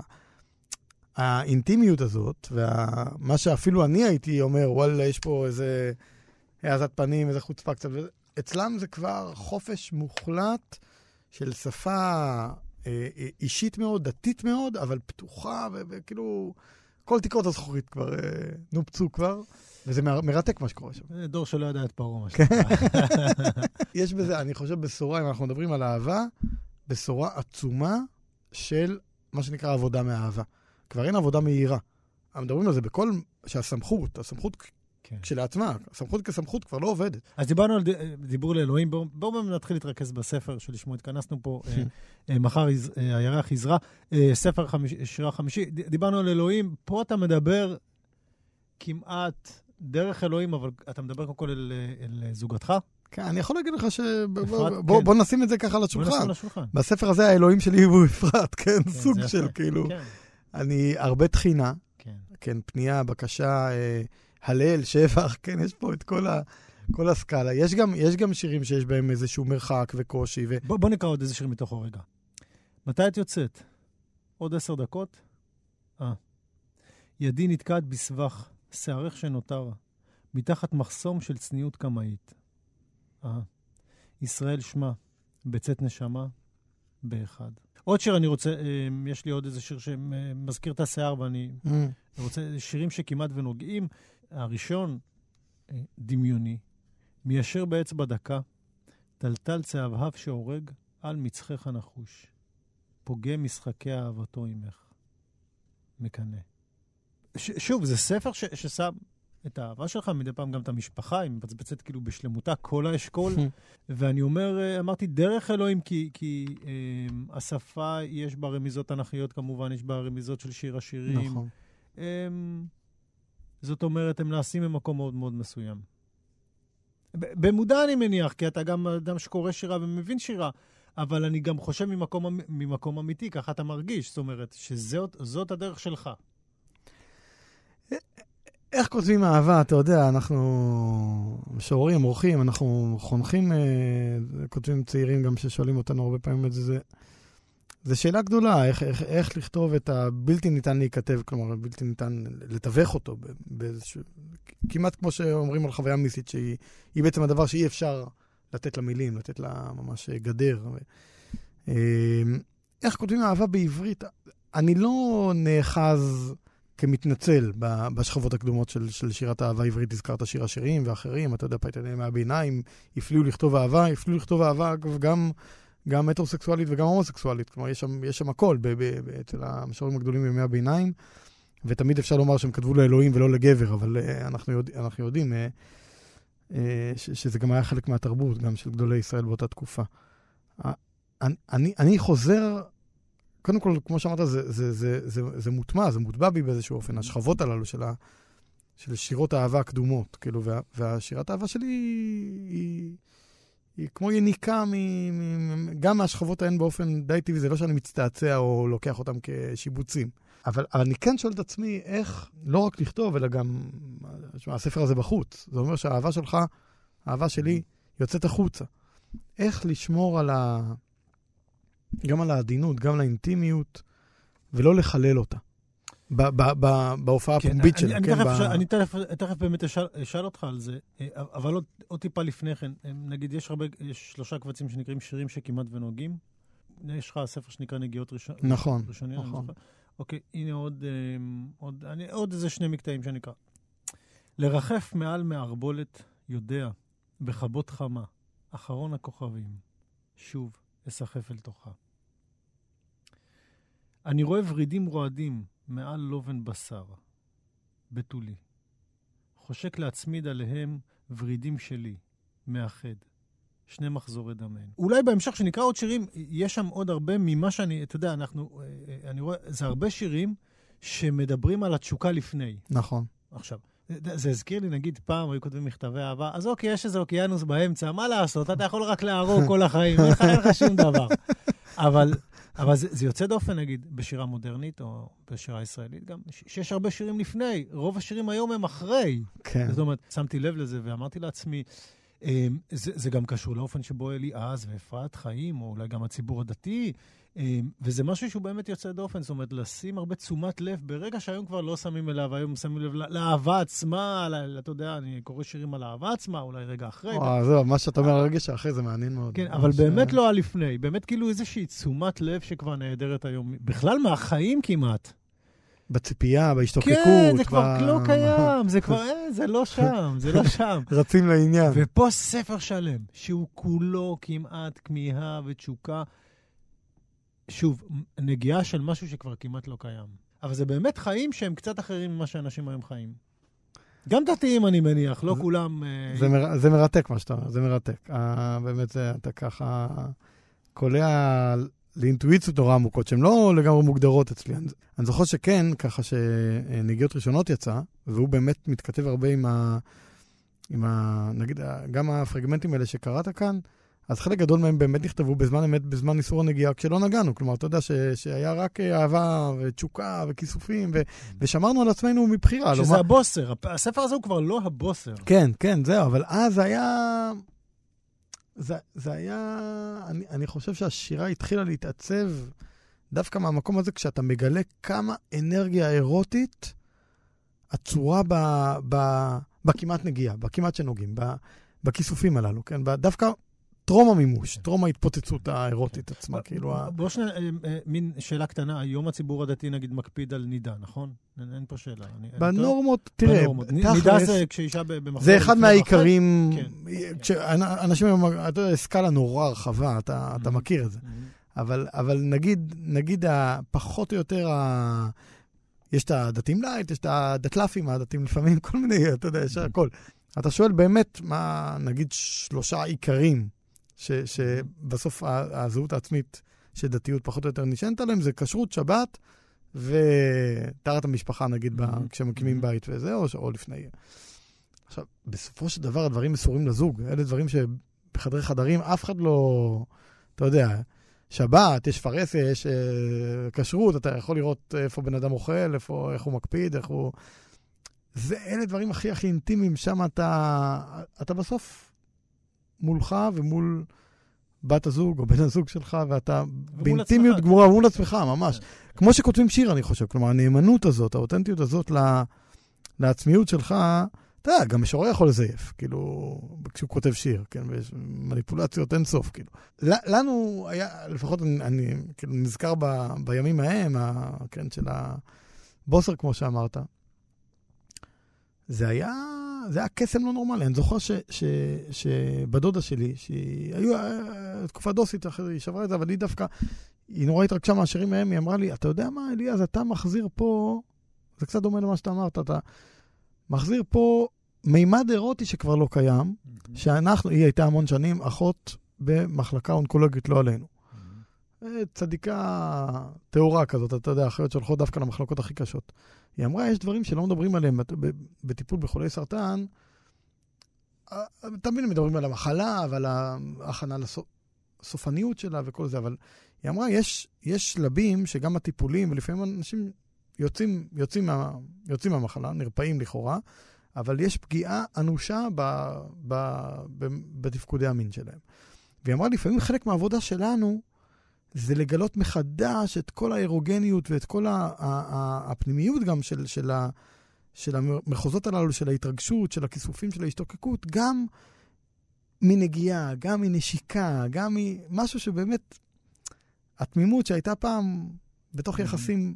האינטימיות הזאת, ומה שאפילו אני הייתי אומר, וואלה, יש פה איזה העזת פנים, איזה חוצפה קצת, אצלם זה כבר חופש מוחלט של שפה... אישית מאוד, דתית מאוד, אבל פתוחה, וכאילו, כל תקרות הזכורית כבר נופצו כבר, וזה מרתק מה שקורה שם. זה דור שלא יודע את פרעה, מה שקורה. יש בזה, אני חושב, בשורה, אם אנחנו מדברים על אהבה, בשורה עצומה של מה שנקרא עבודה מאהבה. כבר אין עבודה מהירה. מדברים על זה בכל, שהסמכות, הסמכות כשלעצמה, הסמכות כסמכות כבר לא עובדת. אז דיברנו על דיבור לאלוהים, בואו נתחיל להתרכז בספר שלשמו התכנסנו פה, מחר הירח יזרע, ספר שירה חמישי, דיברנו על אלוהים, פה אתה מדבר כמעט דרך אלוהים, אבל אתה מדבר קודם כל אל זוגתך? כן, אני יכול להגיד לך ש... בוא נשים את זה ככה על השולחן. בספר הזה האלוהים שלי הוא אפרת, כן, סוג של כאילו. אני הרבה תחינה, כן, פנייה, בקשה... הלל, שבח, כן, יש פה את כל, ה, כל הסקאלה. יש גם, יש גם שירים שיש בהם איזשהו מרחק וקושי. ו... בוא, בוא נקרא עוד איזה שיר מתוכו רגע. מתי את יוצאת? עוד עשר דקות? אה. ידי נתקעת בסבך, שערך שנותר, מתחת מחסום של צניעות קמאית. אה. ישראל שמה, בצאת נשמה, באחד. עוד שיר אני רוצה, יש לי עוד איזה שיר שמזכיר את השיער, ואני mm. רוצה שירים שכמעט ונוגעים. הראשון, דמיוני, מיישר באצבע דקה, טלטל צהבהב שהורג על מצחך הנחוש. פוגם משחקי אהבתו עמך. מקנה. ש- שוב, זה ספר ש- ששם את האהבה שלך, מדי פעם גם את המשפחה, היא מבצבצת כאילו בשלמותה, כל האשכול. ואני אומר, אמרתי, דרך אלוהים, כי, כי אה, השפה, יש בה רמיזות תנכיות, כמובן, יש בה רמיזות של שיר השירים. נכון. אה, זאת אומרת, הם נעשים ממקום מאוד מאוד מסוים. במודע אני מניח, כי אתה גם אדם שקורא שירה ומבין שירה, אבל אני גם חושב ממקום, ממקום אמיתי, ככה אתה מרגיש, זאת אומרת, שזאת זאת הדרך שלך. איך כותבים אהבה? אתה יודע, אנחנו משוררים, עורכים, אנחנו חונכים, כותבים צעירים גם ששואלים אותנו הרבה פעמים את זה, זה, זה שאלה גדולה, איך, איך, איך לכתוב את הבלתי ניתן להיכתב, כלומר, בלתי ניתן לתווך אותו, באיזשהו, כמעט כמו שאומרים על חוויה מיסטית, שהיא היא בעצם הדבר שאי אפשר לתת לה מילים, לתת לה ממש גדר. איך כותבים אהבה בעברית? אני לא נאחז כמתנצל בשכבות הקדומות של, של שירת האהבה העברית, הזכרת שיר השירים ואחרים, אתה יודע, פייטני מהביניים, הפליאו לכתוב אהבה, הפליאו לכתוב אהבה גם, גם הטרוסקסואלית וגם הומוסקסואלית, כלומר, יש שם, יש שם הכל ב, ב, ב, אצל המשוררים הגדולים בימי הביניים, ותמיד אפשר לומר שהם כתבו לאלוהים ולא לגבר, אבל uh, אנחנו, יודע, אנחנו יודעים uh, uh, ש, שזה גם היה חלק מהתרבות, גם של גדולי ישראל באותה תקופה. Uh, אני, אני, אני חוזר... קודם כל, כמו שאמרת, זה, זה, זה, זה, זה מוטמע, זה מוטבע בי באיזשהו אופן, השכבות הללו של, ה, של שירות האהבה הקדומות, כאילו, וה, והשירת האהבה שלי היא, היא, היא כמו יניקה מ, מ, גם מהשכבות ההן באופן די טבעי, זה לא שאני מצטעצע או לוקח אותם כשיבוצים. אבל, אבל אני כן שואל את עצמי איך, לא רק לכתוב, אלא גם, שמה, הספר הזה בחוץ. זה אומר שהאהבה שלך, האהבה שלי, יוצאת החוצה. איך לשמור על ה... גם על העדינות, גם על האינטימיות, ולא לחלל אותה. בהופעה הפומבית שלה. אני תכף באמת אשאל אותך על זה, אבל עוד טיפה לפני כן, נגיד יש שלושה קבצים שנקראים שירים שכמעט ונוגעים, יש לך ספר שנקרא נגיעות ראשוניות. נכון, נכון. אוקיי, הנה עוד, עוד, אני, עוד איזה שני מקטעים שאני אקרא. לרחף מעל מערבולת יודע, בחבות חמה, אחרון הכוכבים, שוב אסחף אל תוכה. אני רואה ורידים רועדים מעל לובן בשר, בתולי. חושק להצמיד עליהם ורידים שלי, מאחד. שני מחזורי דמיין. אולי בהמשך שנקרא עוד שירים, יש שם עוד הרבה ממה שאני, אתה יודע, אנחנו, אני רואה, זה הרבה שירים שמדברים על התשוקה לפני. נכון. עכשיו, זה הזכיר לי, נגיד, פעם היו כותבים מכתבי אהבה, אז אוקיי, יש איזה אוקיינוס באמצע, מה לעשות? אתה יכול רק להרוג כל החיים, אין לך שום דבר. אבל, אבל זה, זה יוצא דופן, נגיד, בשירה מודרנית, או בשירה ישראלית גם, שיש הרבה שירים לפני, רוב השירים היום הם אחרי. כן. זאת אומרת, שמתי לב לזה ואמרתי לעצמי, זה, זה גם קשור לאופן שבו אליעז ואפרת חיים, או אולי גם הציבור הדתי, וזה משהו שהוא באמת יוצא דופן, זאת אומרת, לשים הרבה תשומת לב, ברגע שהיום כבר לא שמים אליו, היום שמים לב לאהבה עצמה, אתה יודע, אני קורא שירים על האהבה עצמה, אולי רגע אחרי. וואו, זהו, מה שאתה אומר הרגע שאחרי זה מעניין מאוד. כן, אבל באמת לא הלפני, באמת כאילו איזושהי תשומת לב שכבר נהדרת היום, בכלל מהחיים כמעט. בציפייה, בהשתוקקות. כן, זה כבר לא קיים, זה כבר, זה לא שם, זה לא שם. רצים לעניין. ופה ספר שלם, שהוא כולו כמעט כמיהה ותשוקה, שוב, נגיעה של משהו שכבר כמעט לא קיים. אבל זה באמת חיים שהם קצת אחרים ממה שאנשים היום חיים. גם דתיים אני מניח, לא כולם... זה מרתק מה שאתה אומר, זה מרתק. באמת אתה ככה קולע לאינטואיציות נורא עמוקות, שהן לא לגמרי מוגדרות אצלי. אני זוכר שכן, ככה שנגיעות ראשונות יצא, והוא באמת מתכתב הרבה עם ה... עם ה... נגיד, גם הפרגמנטים האלה שקראת כאן, אז חלק גדול מהם באמת נכתבו בזמן אמת, בזמן ניסור הנגיעה, כשלא נגענו. כלומר, אתה יודע ש... שהיה רק אהבה ותשוקה וכיסופים, ו... ושמרנו על עצמנו מבחירה. שזה לא... הבוסר. הספר הזה הוא כבר לא הבוסר. כן, כן, זהו. אבל אז היה... זה, זה היה... אני, אני חושב שהשירה התחילה להתעצב דווקא מהמקום הזה, כשאתה מגלה כמה אנרגיה אירוטית עצורה ב... ב... בכמעט נגיעה, בכמעט שנוגעים, ב... בכיסופים הללו, כן? דווקא... טרום המימוש, טרום ההתפוצצות האירוטית עצמה, כאילו... בוא שני, מין שאלה קטנה, היום הציבור הדתי נגיד מקפיד על נידה, נכון? אין פה שאלה. בנורמות, תראה, נידה זה כשאישה במחזור... זה אחד מהעיקרים, אנשים, אתה יודע, סקאלה נורא רחבה, אתה מכיר את זה. אבל נגיד, נגיד, פחות או יותר, יש את הדתים לייט, יש את הדתלפים, הדתים לפעמים, כל מיני, אתה יודע, יש הכל. אתה שואל באמת מה, נגיד, שלושה עיקרים, ש, שבסוף הזהות העצמית של דתיות פחות או יותר נשענת עליהם, זה כשרות, שבת ותארת המשפחה, נגיד, בה, כשמקימים בית וזה, או, או לפני. עכשיו, בסופו של דבר, הדברים מסורים לזוג. אלה דברים שבחדרי חדרים אף אחד לא, אתה יודע, שבת, יש פרסה, יש uh, כשרות, אתה יכול לראות איפה בן אדם אוכל, איפה, איך הוא מקפיד, איך הוא... זה, אלה דברים הכי הכי אינטימיים, שם אתה, אתה בסוף מולך ומול בת הזוג או בן הזוג שלך, ואתה באינטימיות עצמך, גמורה, מול עצמך, ממש. כן. כמו שכותבים שיר, אני חושב. כלומר, הנאמנות הזאת, האותנטיות הזאת לה, לעצמיות שלך, אתה יודע, גם משורר יכול לזייף, כאילו, כשהוא כותב שיר, כן, ויש מניפולציות אין סוף, כאילו. לנו היה, לפחות אני, אני כאילו, נזכר ב, בימים ההם, ה, כן, של הבוסר, כמו שאמרת, זה היה, זה היה קסם לא נורמלי. אני זוכר ש, ש, שבדודה שלי, שהיא היו תקופה דוסית, היא שברה את זה, אבל היא דווקא, היא נורא התרגשה מהשירים מהם, היא אמרה לי, אתה יודע מה, אליעז, אתה מחזיר פה, זה קצת דומה למה שאתה אמרת, אתה מחזיר פה מימד אירוטי שכבר לא קיים, mm-hmm. שאנחנו, היא הייתה המון שנים, אחות במחלקה אונקולוגית, לא עלינו. Mm-hmm. צדיקה תאורה כזאת, אתה יודע, אחרת שהולכות דווקא למחלקות הכי קשות. היא אמרה, יש דברים שלא מדברים עליהם בטיפול בחולי סרטן, תמיד מדברים על המחלה ועל ההכנה לסופניות שלה וכל זה, אבל היא אמרה, יש, יש שלבים שגם הטיפולים, ולפעמים אנשים יוצאים, יוצאים, מה, יוצאים מהמחלה, נרפאים לכאורה, אבל יש פגיעה אנושה ב, ב, ב, בתפקודי המין שלהם. והיא אמרה, לפעמים חלק מהעבודה שלנו, זה לגלות מחדש את כל האירוגניות ואת כל הפנימיות גם של, של, ה, של המחוזות הללו, של ההתרגשות, של הכיסופים, של ההשתוקקות, גם מנגיעה, גם מנשיקה, גם ממשהו שבאמת, התמימות שהייתה פעם בתוך יחסים,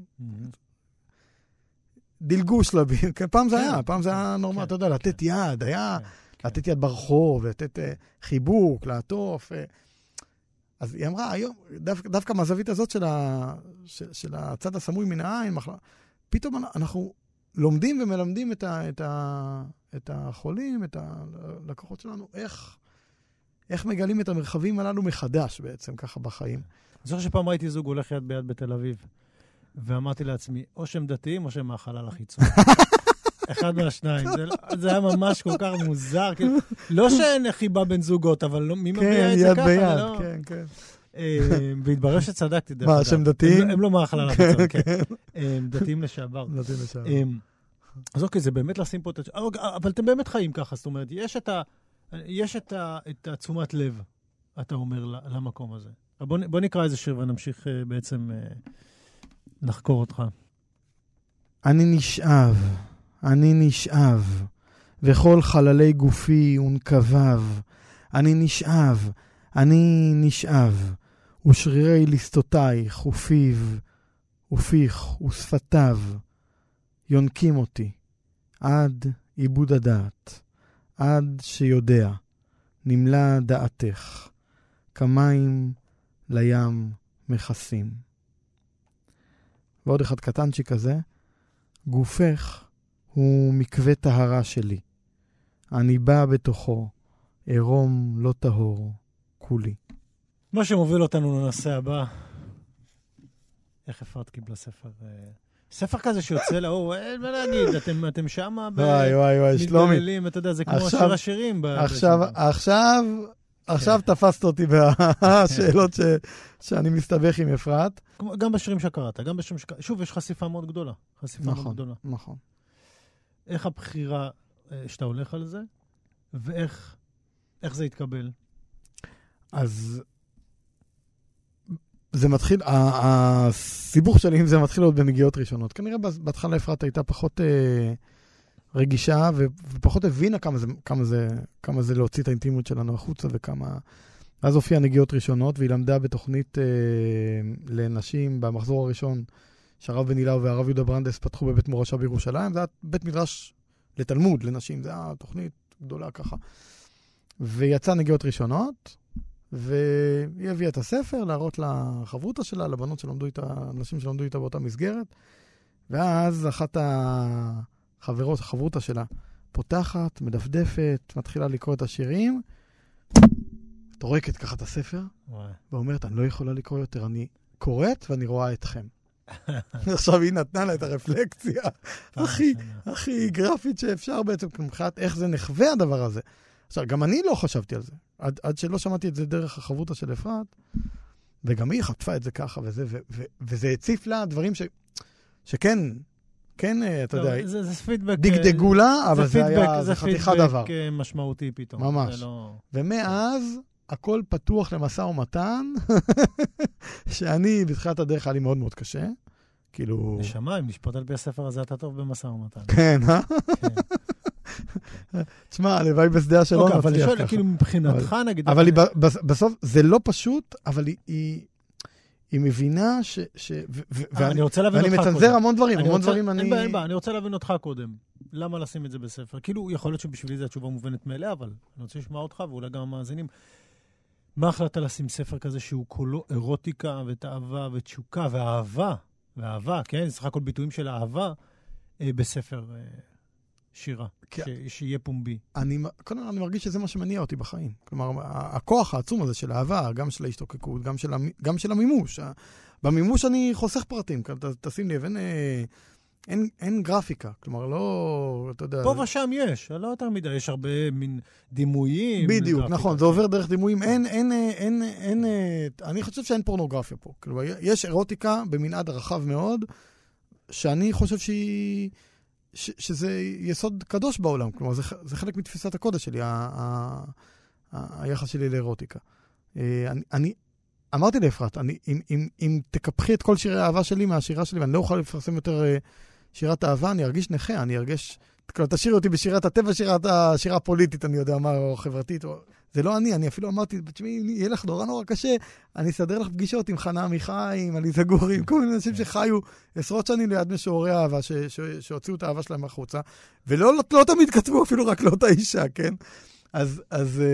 דילגו שלבים, פעם זה היה, פעם זה היה נורמל, אתה יודע, לתת יד, היה לתת יד ברחוב, לתת חיבוק, לעטוף. אז היא אמרה, היום, דווקא מהזווית הזאת של הצד הסמוי מן העין, פתאום אנחנו לומדים ומלמדים את החולים, את הלקוחות שלנו, איך איך מגלים את המרחבים הללו מחדש בעצם, ככה בחיים. אני זוכר שפעם ראיתי זוג הולך יד ביד בתל אביב, ואמרתי לעצמי, או שהם דתיים או שהם מהחלל החיצון. אחד מהשניים. זה היה ממש כל כך מוזר. לא שאין חיבה בין זוגות, אבל מי מביע את זה ככה? כן, יד ביד, כן, כן. והתברר שצדקתי. מה, שהם דתיים? הם לא מהחלל החיצון, כן. הם דתיים לשעבר. דתיים לשעבר. אז אוקיי, זה באמת לשים פה את... אבל אתם באמת חיים ככה, זאת אומרת, יש את ה... יש את, ה, את התשומת לב, אתה אומר, למקום הזה. בוא, בוא נקרא איזה שיר ונמשיך uh, בעצם uh, לחקור אותך. אני נשאב, אני נשאב, וכל חללי גופי ונקביו. אני נשאב, אני נשאב, ושרירי ליסטותיי, חופיו, ופיך ושפתיו, יונקים אותי, עד עיבוד הדעת. עד שיודע, נמלה דעתך, כמים לים מכסים. ועוד אחד קטנצ'י כזה, גופך הוא מקווה טהרה שלי. אני בא בתוכו, עירום לא טהור, כולי. מה שמוביל אותנו לנושא הבא, איך אפרת קיבלה ספר... ספר כזה שיוצא לאור, אין מה להגיד, אתם, אתם שמה וואי, וואי, וואי, שלומי. מתגללים, אתה יודע, זה כמו השיר השירים. עכשיו, עכשיו, עכשיו תפסת אותי בשאלות שאני מסתבך עם אפרת. גם בשירים שקראת, גם בשירים שקראת. שוב, יש חשיפה מאוד גדולה. חשיפה מאוד גדולה. נכון. איך הבחירה שאתה הולך על זה, ואיך זה יתקבל? אז... זה מתחיל, הסיבוך שלי עם זה מתחיל עוד בנגיעות ראשונות. כנראה בהתחלה אפרת הייתה פחות אה, רגישה, ופחות הבינה כמה זה, כמה זה, כמה זה להוציא את האינטימיות שלנו החוצה, וכמה... אז הופיעה נגיעות ראשונות, והיא למדה בתוכנית אה, לנשים במחזור הראשון, שהרב בן הילאו והרב יהודה ברנדס פתחו בבית מורשה בירושלים. זה היה בית מדרש לתלמוד, לנשים. זה היה תוכנית גדולה ככה. ויצא נגיעות ראשונות, והיא הביאה את הספר להראות לחברותה שלה, לבנות שלמדו איתה, אנשים שלמדו איתה באותה מסגרת. ואז אחת החברות, החברותה שלה, פותחת, מדפדפת, מתחילה לקרוא את השירים, תורקת ככה את הספר, וואי. ואומרת, אני לא יכולה לקרוא יותר, אני קוראת ואני רואה אתכם. עכשיו היא נתנה לה את הרפלקציה הכי, הכי גרפית שאפשר בעצם, מבחינת איך זה נחווה הדבר הזה. עכשיו, גם אני לא חשבתי על זה, עד, עד שלא שמעתי את זה דרך החברותה של אפרת, וגם היא חטפה את זה ככה וזה, ו, ו, וזה הציף לה דברים ש, שכן, כן, אתה לא, יודע, זה, זה פידבק, דגדגו לה, אבל זה, פידבק, היה, זה חתיכה דבר. זה פידבק משמעותי פתאום. ממש. לא... ומאז, הכל פתוח למשא ומתן, שאני בתחילת הדרך היה לי מאוד מאוד קשה. כאילו... נשמע, אם נשפוט על פי הספר הזה, אתה טוב במשא ומתן. כן, אה? תשמע, הלוואי בשדה השלום נצליח ככה. אבל לשאול, כאילו מבחינתך נגיד... אבל בסוף, זה לא פשוט, אבל היא מבינה ש... אני רוצה להבין אותך קודם. ואני מצנזר המון דברים, המון דברים אני... אין בעיה, אין בעיה, אני רוצה להבין אותך קודם. למה לשים את זה בספר? כאילו, יכול להיות שבשבילי זה התשובה מובנת מאליה, אבל אני רוצה לשמוע אותך, ואולי גם המאזינים. מה החלטת לשים ספר כזה שהוא כולו אירוטיקה ותאווה ותשוקה ואהבה, ואהבה, כן? זה סך הכל ביטויים של אהבה בספר שירה, שיהיה פומבי. קודם אני מרגיש שזה מה שמניע אותי בחיים. כלומר, הכוח העצום הזה של אהבה, גם של ההשתוקקות, גם של המימוש. במימוש אני חוסך פרטים, תשים לי, אין, אין גרפיקה, כלומר, לא, אתה יודע... פה ושם יש, לא יותר מדי, יש הרבה מין דימויים. בדיוק, גרפיקה. נכון, זה עובר דרך דימויים, אין, אין, אין, אין, אין, אני חושב שאין פורנוגרפיה פה, כלומר, יש אירוטיקה במנעד רחב מאוד, שאני חושב שהיא, ש, שזה יסוד קדוש בעולם, כלומר, זה, זה חלק מתפיסת הקודש שלי, ה, ה, ה, היחס שלי לאירוטיקה. אני, אני אמרתי לאפרת, אני, אם, אם, אם תקפחי את כל שירי האהבה שלי מהשירה שלי, ואני לא אוכל לפרסם יותר שירת אהבה, אני ארגיש נכה, אני ארגיש... תשאירי אותי בשירת הטבע, שירת השירה הפוליטית, אני יודע מה, או חברתית, או... זה לא אני, אני אפילו אמרתי, תשמעי, יהיה לך נורא נורא קשה, אני אסדר לך פגישות עם חנה עמיחי, עם עליזה גורי, עם כל מיני אנשים שחיו עשרות שנים ליד משוררי אהבה, שהוציאו את האהבה שלהם החוצה, ולא לא תמיד כתבו אפילו רק לאותה אישה, כן? אז... אז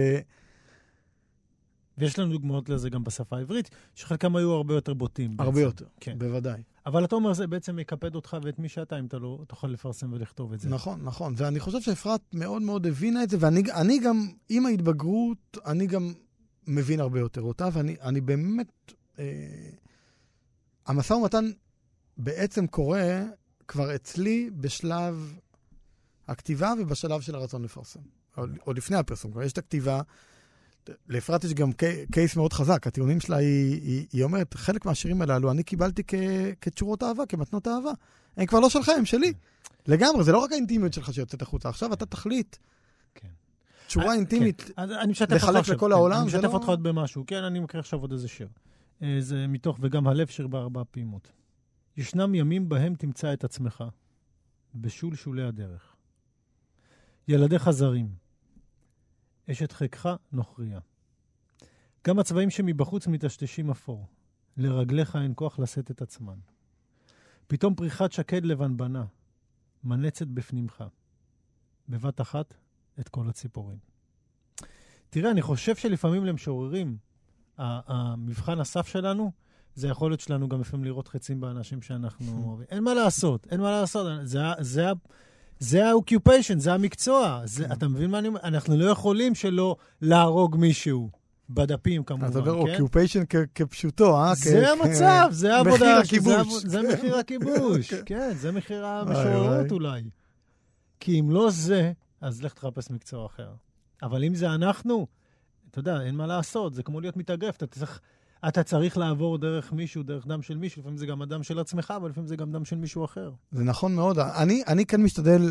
ויש לנו דוגמאות לזה גם בשפה העברית, שחלקם היו הרבה יותר בוטים. הרבה בעצם. יותר, כן. בוודאי. אבל אתה אומר, זה בעצם יקפד אותך ואת מי שאתה, אם אתה לא תוכל לפרסם ולכתוב את זה. נכון, נכון. ואני חושב שאפרת מאוד מאוד הבינה את זה, ואני אני גם, עם ההתבגרות, אני גם מבין הרבה יותר אותה, ואני אני באמת... אה, המשא ומתן בעצם קורה כבר אצלי בשלב הכתיבה ובשלב של הרצון לפרסם. או, או לפני הפרסום. יש את הכתיבה... לאפרת יש גם קייס מאוד חזק, הטיעונים שלה היא, היא, היא אומרת, חלק מהשירים הללו אני קיבלתי כ, כתשורות אהבה, כמתנות אהבה. הם כבר לא שלך, הם שלי. לגמרי, זה לא רק האינטימיות שלך שיוצאת החוצה. עכשיו אתה תחליט תשורה אינטימית לחלק לכל העולם. אני משתף אותך עוד במשהו. כן, אני מקריא עכשיו עוד איזה שיר. זה מתוך וגם הלב שיר בארבע פעימות. ישנם ימים בהם תמצא את עצמך, בשול שולי הדרך. ילדיך זרים. אשת חיקך נוכריה. גם הצבעים שמבחוץ מתשתשים אפור. לרגליך אין כוח לשאת את עצמן. פתאום פריחת שקד לבן בנה. מנצת בפנימך. בבת אחת את כל הציפורים. תראה, אני חושב שלפעמים למשוררים, המבחן הסף שלנו, זה יכולת שלנו גם לפעמים לראות חצים באנשים שאנחנו אוהבים. אין מה לעשות, אין מה לעשות. זה, זה, זה ה-occupation, זה המקצוע. זה, אתה מבין מה אני אומר? אנחנו לא יכולים שלא להרוג מישהו בדפים, כמובן. אתה אומר, occupation כפשוטו, אה? זה המצב, זה העבודה. מחיר הכיבוש. זה מחיר הכיבוש, כן, זה מחיר המשוררות אולי. כי אם לא זה, אז לך תחפש מקצוע אחר. אבל אם זה אנחנו, אתה יודע, אין מה לעשות, זה כמו להיות מתאגרף, אתה צריך... אתה צריך לעבור דרך מישהו, דרך דם של מישהו, לפעמים זה גם הדם של עצמך, אבל לפעמים זה גם דם של מישהו אחר. זה נכון מאוד. אני, אני כאן משתדל,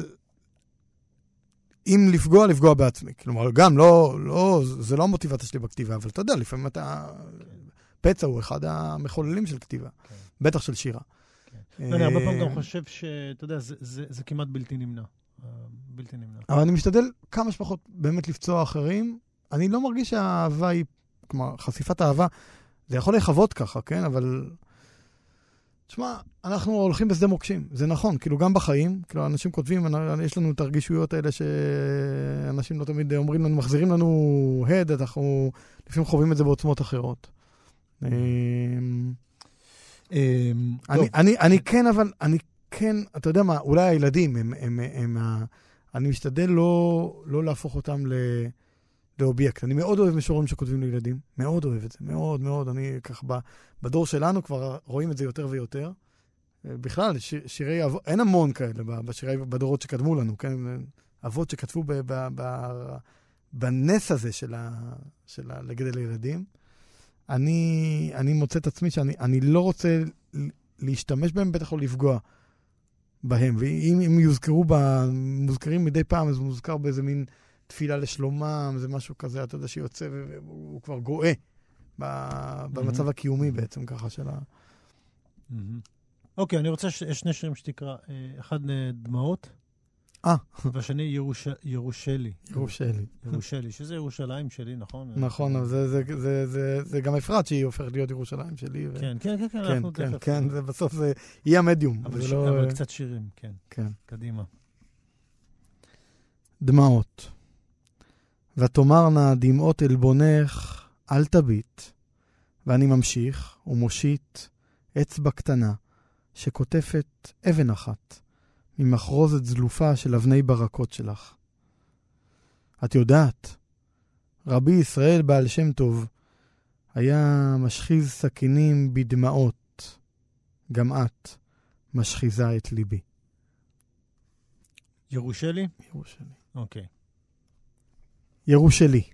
אם לפגוע, לפגוע בעצמי. כלומר, גם לא, לא, זה לא המוטיבציה שלי בכתיבה, אבל אתה יודע, לפעמים אתה... פצע הוא אחד המחוללים של כתיבה. בטח של שירה. אני הרבה פעמים גם חושב שאתה יודע, זה כמעט בלתי נמנע. בלתי נמנע. אבל אני משתדל כמה שפחות באמת לפצוע אחרים. אני לא מרגיש שהאהבה היא, כלומר, חשיפת האהבה, זה יכול לחוות ככה, כן? אבל... תשמע, אנחנו הולכים בשדה מוקשים. זה נכון, כאילו גם בחיים, כאילו אנשים כותבים, יש לנו את הרגישויות האלה שאנשים לא תמיד אומרים לנו, מחזירים לנו הד, אנחנו לפעמים חווים את זה בעוצמות אחרות. אני כן, אבל אני כן, אתה יודע מה, אולי הילדים, הם... אני משתדל לא להפוך אותם ל... לאובייקט. אני מאוד אוהב משוררים שכותבים לילדים. מאוד אוהב את זה. מאוד, מאוד. אני כך בדור שלנו כבר רואים את זה יותר ויותר. בכלל, ש, שירי אבות, אין המון כאלה בשירי, בדורות שקדמו לנו, כן? אבות שכתבו ב, ב, ב, בנס הזה של, ה, של ה, לגדל ילדים. אני, אני מוצא את עצמי שאני אני לא רוצה להשתמש בהם, בטח לא לפגוע בהם. ואם הם יוזכרו, ב, מוזכרים מדי פעם, אז מוזכר באיזה מין תפילה לשלומם, זה משהו כזה, אתה יודע, שיוצא והוא כבר גואה במצב הקיומי בעצם, ככה של ה... אוקיי, אני רוצה שני שירים שתקרא. אחד דמעות, והשני ירושלי. ירושלי. ירושלי, שזה ירושלים שלי, נכון? נכון, אבל זה גם אפרת שהיא הופכת להיות ירושלים שלי. כן, כן, כן, אנחנו תכף. כן, כן, בסוף זה יהיה המדיום. אבל קצת שירים, כן. כן. קדימה. דמעות. ותאמרנה דמעות אל בונך, אל תביט. ואני ממשיך ומושיט אצבע קטנה שכותפת אבן אחת ממחרוזת זלופה של אבני ברקות שלך. את יודעת, רבי ישראל בעל שם טוב היה משחיז סכינים בדמעות. גם את משחיזה את ליבי. ירושלי? ירושלי. אוקיי. ירושלי.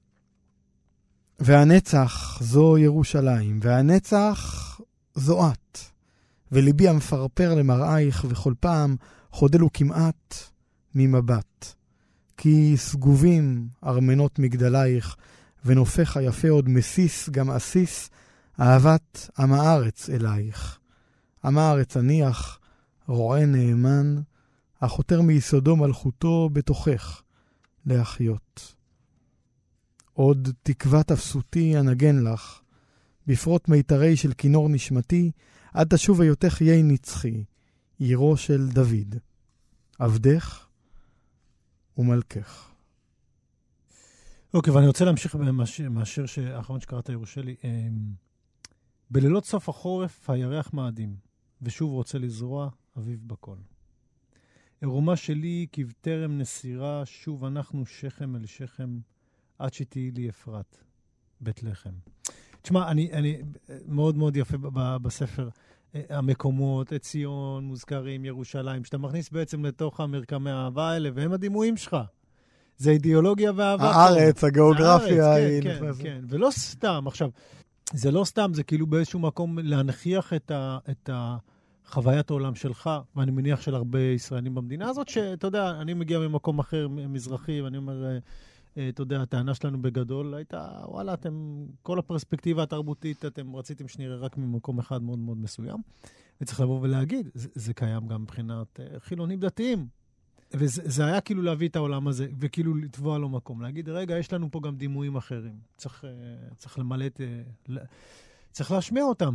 והנצח זו ירושלים, והנצח זו את. וליבי המפרפר למראייך, וכל פעם חודלו כמעט ממבט. כי סגובים ארמנות מגדלייך, ונופך היפה עוד מסיס גם אסיס, אהבת עם הארץ אלייך. עם הארץ הניח, רועה נאמן, החותר מיסודו מלכותו בתוכך להחיות. עוד תקווה תפסותי אנגן לך, בפרוט מיתרי של כינור נשמתי, עד תשוב היותך יי נצחי, עירו של דוד, עבדך ומלכך. אוקיי, ואני רוצה להמשיך מהשיר האחרון שקראת ירושלי. בלילות סוף החורף הירח מאדים, ושוב רוצה לזרוע אביב בכל. ערומה שלי כבטרם נסירה, שוב אנחנו שכם אל שכם, עד שתהי לי אפרת, בית לחם. תשמע, אני, אני מאוד מאוד יפה ב- בספר, המקומות, את ציון, מוזכרים, ירושלים, שאתה מכניס בעצם לתוך המרקמי האהבה האלה, והם הדימויים שלך. זה אידיאולוגיה ואהבה. הארץ, הגיאוגרפיה. הארץ, כן, כן, כן. ולא סתם, עכשיו, זה לא סתם, זה כאילו באיזשהו מקום להנכיח את ה... את ה חוויית העולם שלך, ואני מניח של הרבה ישראלים במדינה הזאת, שאתה יודע, אני מגיע ממקום אחר, מזרחי, ואני אומר, אתה יודע, הטענה שלנו בגדול הייתה, וואלה, אתם, כל הפרספקטיבה התרבותית, אתם רציתם שנראה רק ממקום אחד מאוד מאוד מסוים, וצריך לבוא ולהגיד, זה, זה קיים גם מבחינת חילונים דתיים, וזה היה כאילו להביא את העולם הזה, וכאילו לתבוע לו מקום, להגיד, רגע, יש לנו פה גם דימויים אחרים, צריך, צריך למלא את, צריך להשמיע אותם.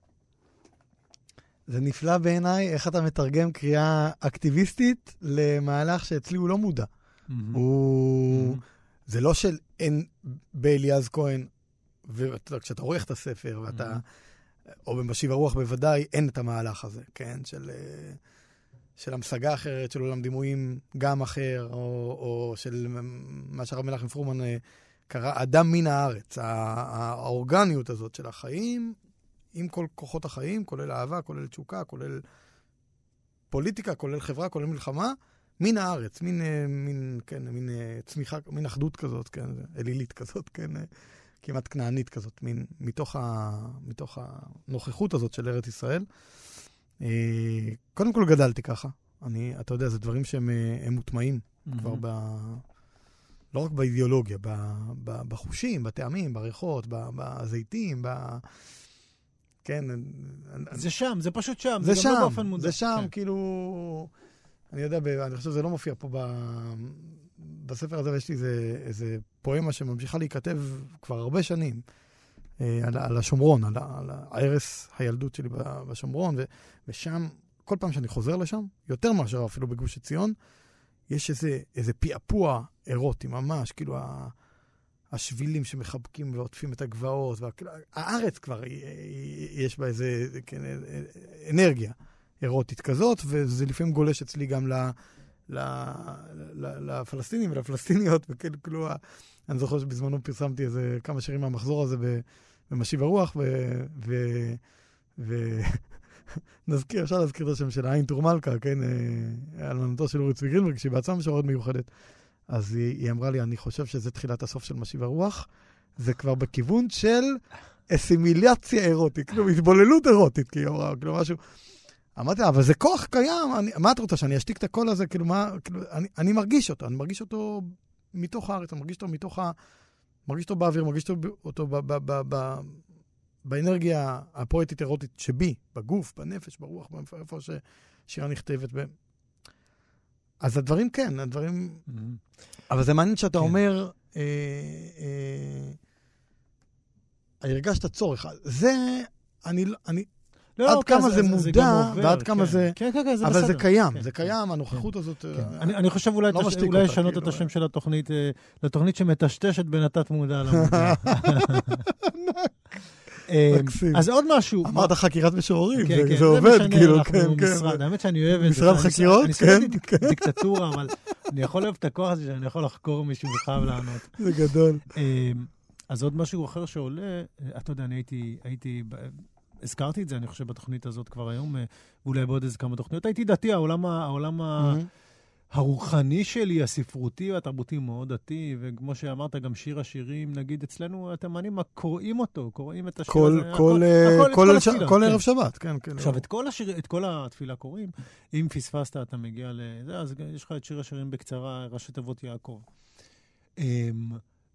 זה נפלא בעיניי איך אתה מתרגם קריאה אקטיביסטית למהלך שאצלי הוא לא מודע. Mm-hmm. הוא... Mm-hmm. זה לא של אין באליעז כהן, וכשאתה עורך את הספר, ואתה, mm-hmm. או במשיב הרוח בוודאי, אין את המהלך הזה, כן? של, של המשגה אחרת, של עולם דימויים גם אחר, או, או של מה שהרב מנחם פרומן קרא, אדם מן הארץ. האורגניות הזאת של החיים, עם כל כוחות החיים, כולל אהבה, כולל תשוקה, כולל פוליטיקה, כולל חברה, כולל מלחמה, מן הארץ, מין, מין, כן, מין צמיחה, מין אחדות כזאת, כן, אלילית כזאת, כן, כמעט כנענית כזאת, מין, מתוך, ה, מתוך הנוכחות הזאת של ארץ ישראל. קודם כל גדלתי ככה. אני, אתה יודע, זה דברים שהם הם מוטמעים mm-hmm. כבר ב... לא רק באידיאולוגיה, ב, ב, בחושים, בטעמים, בריחות, ב, בזיתים, ב... כן. זה שם, זה פשוט שם. זה, זה שם, גם לא באופן מודע. זה שם, כן. כאילו... אני יודע, ב, אני חושב שזה לא מופיע פה ב, בספר הזה, ויש לי איזה, איזה פואמה שממשיכה להיכתב כבר הרבה שנים, אה, על, על השומרון, על, על הערש הילדות שלי בשומרון, ו, ושם, כל פעם שאני חוזר לשם, יותר מאשר אפילו בגוש עציון, יש איזה, איזה פיאפוע אירוטי, ממש, כאילו ה... השבילים שמחבקים ועוטפים את הגבעות, והכאילו, הארץ כבר יש בה איזה כן, אנרגיה אירוטית כזאת, וזה לפעמים גולש אצלי גם ל, ל, ל, לפלסטינים ולפלסטיניות, וכאילו, כאילו, אני זוכר שבזמנו פרסמתי איזה כמה שירים מהמחזור הזה במשיב הרוח, ו... ו, ו נזכיר, אפשר להזכיר את השם של עין טור מלכה, כן, אלמנתו של אורי צבי גרינברג, שהיא בעצמה משוררת מיוחדת. אז היא, היא אמרה לי, אני חושב שזה תחילת הסוף של משיב הרוח, זה כבר בכיוון של אסימילציה אירוטית, כאילו התבוללות אירוטית, כי היא אמרה, כאילו משהו. אמרתי, אבל זה כוח קיים, אני, מה את רוצה, שאני אשתיק את הקול הזה, כאילו מה, כאילו, אני, אני מרגיש אותו, אני מרגיש אותו מתוך הארץ, אני מרגיש אותו מתוך ה... מרגיש אותו באוויר, מרגיש אותו, אותו ב, ב, ב, ב, באנרגיה הפואטית אירוטית שבי, בגוף, בנפש, ברוח, איפה ששירה נכתבת ב... אז הדברים כן, הדברים... אבל זה מעניין שאתה אומר, הרגשת צורך. זה, אני... עד כמה זה מודע, ועד כמה זה... כן, כן, כן, זה בסדר. אבל זה קיים, זה קיים, הנוכחות הזאת... אני חושב אולי לשנות את השם של התוכנית, לתוכנית שמטשטשת בין התת מודע למודע. אז עוד משהו. אמרת חקירת משוררים, זה עובד, כאילו, כן, כן. האמת שאני אוהב את זה. משרד חקירות, כן. אני סוג דיקטטורה, אבל אני יכול לאהוב את הכוח הזה שאני יכול לחקור מישהו וחייב לענות. זה גדול. אז עוד משהו אחר שעולה, אתה יודע, אני הייתי, הזכרתי את זה, אני חושב, בתוכנית הזאת כבר היום, ואולי בעוד איזה כמה תוכניות. הייתי דתי, העולם הרוחני שלי, הספרותי והתרבותי מאוד דתי, וכמו שאמרת, גם שיר השירים, נגיד אצלנו, התימנים קוראים אותו, קוראים את השיר הזה. כל ערב שבת, כן, כן. עכשיו, את כל התפילה קוראים, אם פספסת, אתה מגיע לזה, אז יש לך את שיר השירים בקצרה, ראשי תיבות יעקב.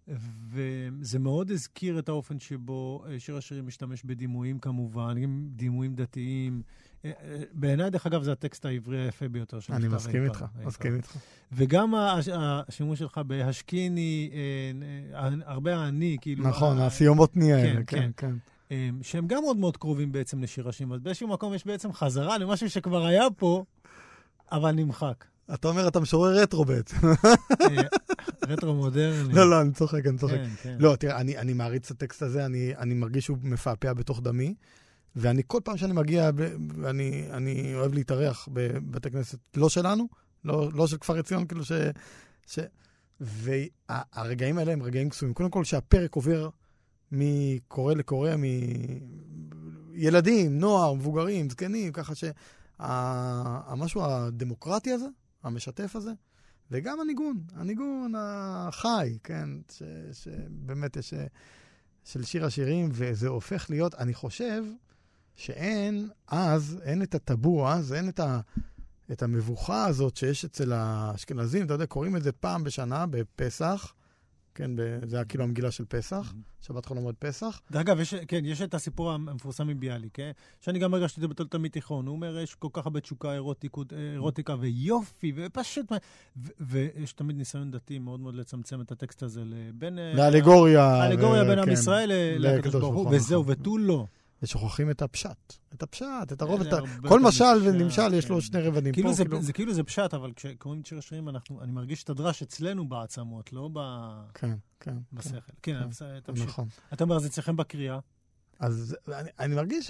וזה מאוד הזכיר את האופן שבו שיר השירים משתמש בדימויים כמובן, עם דימויים דתיים. בעיניי, דרך אגב, זה הטקסט העברי היפה ביותר. אני מסכים איתך, מסכים איתך. וגם השימוש שלך בהשקיני, הרבה אני, כאילו... נכון, הסיומותני האלה, כן, כן. שהם גם מאוד מאוד קרובים בעצם לשיר השירים. אז באיזשהו מקום יש בעצם חזרה למשהו שכבר היה פה, אבל נמחק. אתה אומר, אתה משורר רטרו בעצם. רטרו מודרני. לא, לא, אני צוחק, אני צוחק. כן, כן. לא, תראה, אני, אני מעריץ את הטקסט הזה, אני, אני מרגיש שהוא מפעפע בתוך דמי, ואני כל פעם שאני מגיע, ואני, אני אוהב להתארח בבית הכנסת, לא שלנו, לא, לא של כפר עציון, כאילו ש... ש... והרגעים האלה הם רגעים קסומים. קודם כל, שהפרק עובר מקורא לקורא, מילדים, נוער, מבוגרים, זקנים, ככה שהמשהו הדמוקרטי הזה, המשתף הזה, וגם הניגון, הניגון החי, כן, ש, שבאמת יש של שיר השירים, וזה הופך להיות, אני חושב שאין אז, אין את הטאבו, אז אין את, ה, את המבוכה הזאת שיש אצל האשכנזים, אתה יודע, קוראים את זה פעם בשנה, בפסח, כן, זה היה כאילו המגילה של פסח, שבת חול המועד פסח. דרך אגב, יש, כן, יש את הסיפור המפורסם מביאליק, כן? שאני גם הרגשתי את זה בתור תלמיד תיכון. הוא אומר, יש כל כך הרבה תשוקה, אירוטיקה ויופי, ופשוט... ויש תמיד ניסיון דתי מאוד מאוד לצמצם את הטקסט הזה לבין... לאלגוריה. האלגוריה בין עם ישראל לקדוש ברוך הוא, וזהו, ותו לא. ושוכחים את הפשט, את הפשט, את הרוב, את כל משל ונמשל יש לו שני רבדים פה. זה כאילו זה פשט, אבל כשקוראים את שיר השירים, אני מרגיש את הדרש אצלנו בעצמות, לא בשכל. כן, תמשיך. נכון. אתה אומר, זה אצלכם בקריאה? אז אני מרגיש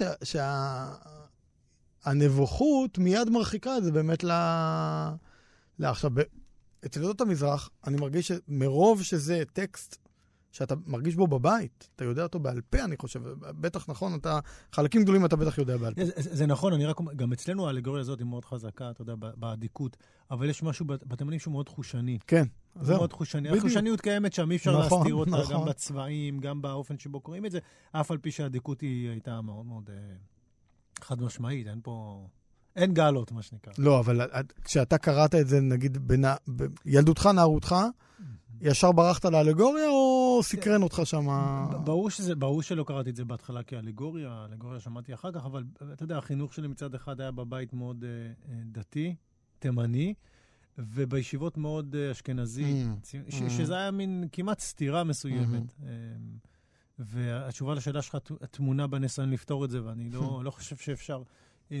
שהנבוכות מיד מרחיקה את זה באמת ל... עכשיו, אצל עדות המזרח, אני מרגיש שמרוב שזה טקסט שאתה מרגיש בו בבית, אתה יודע אותו בעל פה, אני חושב, בטח נכון, אתה, חלקים גדולים אתה בטח יודע בעל פה. זה, זה נכון, אני רק אומר, גם אצלנו האלגוריה הזאת היא מאוד חזקה, אתה יודע, בעדיקות, אבל יש משהו בתימנים שהוא מאוד חושני. כן, זהו. מאוד חושני. החושניות קיימת שם, אי אפשר נכון, להסתיר אותה, נכון. גם בצבעים, גם באופן שבו קוראים את זה, אף על פי שהעדיקות היא הייתה מאוד מאוד אה, חד משמעית, אין פה... אין גאלות, מה שנקרא. לא, אבל כשאתה קראת את זה, נגיד, בילדותך, נערותך, ישר ברחת לאלגוריה, או סקרן אותך שם? ברור שזה, ברור שלא קראתי את זה בהתחלה כאלגוריה, האלגוריה שמעתי אחר כך, אבל אתה יודע, החינוך שלי מצד אחד היה בבית מאוד uh, דתי, תימני, ובישיבות מאוד uh, אשכנזי, mm, ש- mm. שזה היה מין כמעט סתירה מסוימת. Mm-hmm. Um, והתשובה לשאלה שלך תמונה בניסיון לפתור את זה, ואני לא, לא חושב שאפשר... Um,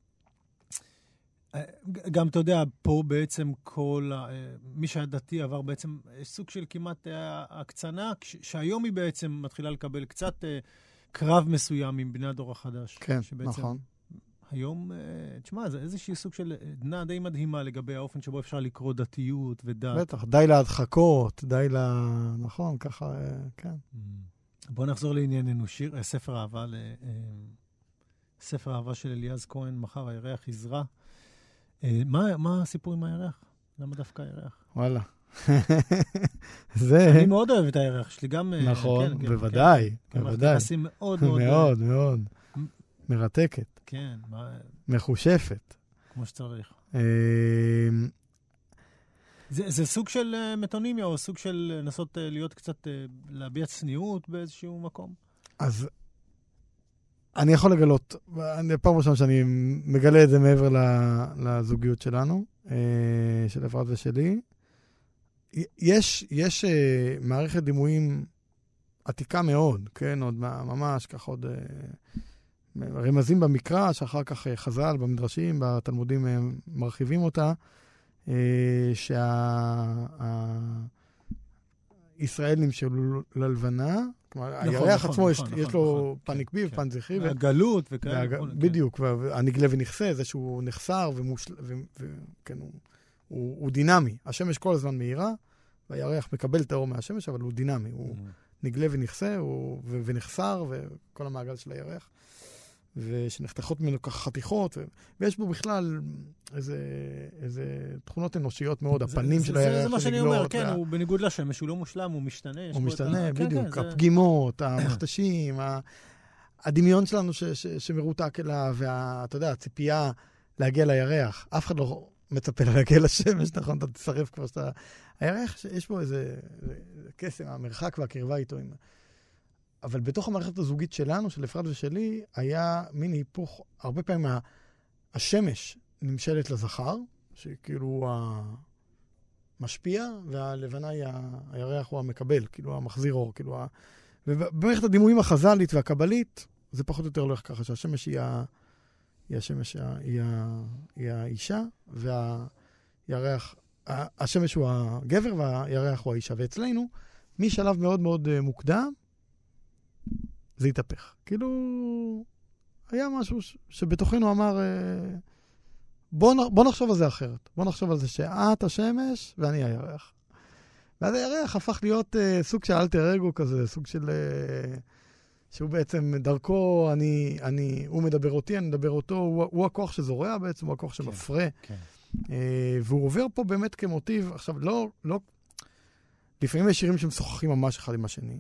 גם, אתה יודע, פה בעצם כל, מי שהיה דתי עבר בעצם סוג של כמעט הקצנה, שהיום היא בעצם מתחילה לקבל קצת קרב מסוים עם בני הדור החדש. כן, נכון. היום, תשמע, זה איזושהי סוג של עדנה די מדהימה לגבי האופן שבו אפשר לקרוא דתיות ודת. בטח, די להדחקות, די ל... נכון, ככה, כן. בואו נחזור לענייננו, שיר, ספר אהבה, ספר אהבה של אליעז כהן, מחר הירח יזרע. מה, מה הסיפור עם הירח? למה דווקא הירח? וואלה. זה... אני מאוד אוהב את הירח שלי, גם... נכון, כן, בוודאי, כן, בוודאי. כן, מאוד מאוד... מאוד, מאוד. מרתקת. כן. מה... מחושפת. כמו שצריך. זה, זה סוג של מטונימיה, או סוג של לנסות להיות קצת, להביע צניעות באיזשהו מקום? אז... אני יכול לגלות, אני פעם ראשונה שאני מגלה את זה מעבר לזוגיות שלנו, של אפרת ושלי. יש, יש מערכת דימויים עתיקה מאוד, כן, עוד ממש כך עוד רמזים במקרא, שאחר כך חז"ל במדרשים, בתלמודים מרחיבים אותה, שהישראל נמשלו ללבנה, כלומר, הירח עצמו יש לו פן נקבי ופן זכרי. והגלות וכאלה. בדיוק, והנגלה ונכסה, זה שהוא נחסר הוא דינמי. השמש כל הזמן מהירה, והירח מקבל את האור מהשמש, אבל הוא דינמי. הוא נגלה ונכסה ונחסר, וכל המעגל של הירח. ושנחתכות ממנו ככה חתיכות, ויש בו בכלל איזה תכונות אנושיות מאוד, הפנים של הירח. זה מה שאני אומר, כן, הוא בניגוד לשמש, הוא לא מושלם, הוא משתנה. הוא משתנה, בדיוק, הפגימות, המכתשים, הדמיון שלנו שמרותק אליו, ואתה יודע, הציפייה להגיע לירח, אף אחד לא מצפה להגיע לשמש, נכון, אתה תשרף כבר שאתה... הירח, יש בו איזה הקסם, המרחק והקרבה איתו. אבל בתוך המערכת הזוגית שלנו, של אפרת ושלי, היה מין היפוך, הרבה פעמים השמש נמשלת לזכר, שכאילו המשפיע, והלבנה היא הירח הוא המקבל, כאילו המחזיר אור, כאילו ה... ובמערכת הדימויים החז"לית והקבלית, זה פחות או יותר הולך ככה, שהשמש היא, ה... היא השמש, היא, ה... היא האישה, והירח, השמש הוא הגבר והירח הוא האישה. ואצלנו, משלב מאוד מאוד מוקדם, זה התהפך. כאילו, היה משהו ש... שבתוכנו אמר, בוא, נ... בוא נחשוב על זה אחרת. בוא נחשוב על זה שאת השמש ואני הירח. ואז הירח הפך להיות uh, סוג של אלטר אגו כזה, סוג של... Uh, שהוא בעצם דרכו, אני, אני, הוא מדבר אותי, אני מדבר אותו, הוא, הוא הכוח שזורע בעצם, הוא הכוח שמפרה. כן, כן. Uh, והוא עובר פה באמת כמוטיב, עכשיו, לא, לא... לפעמים יש שירים שמשוחחים ממש אחד עם השני,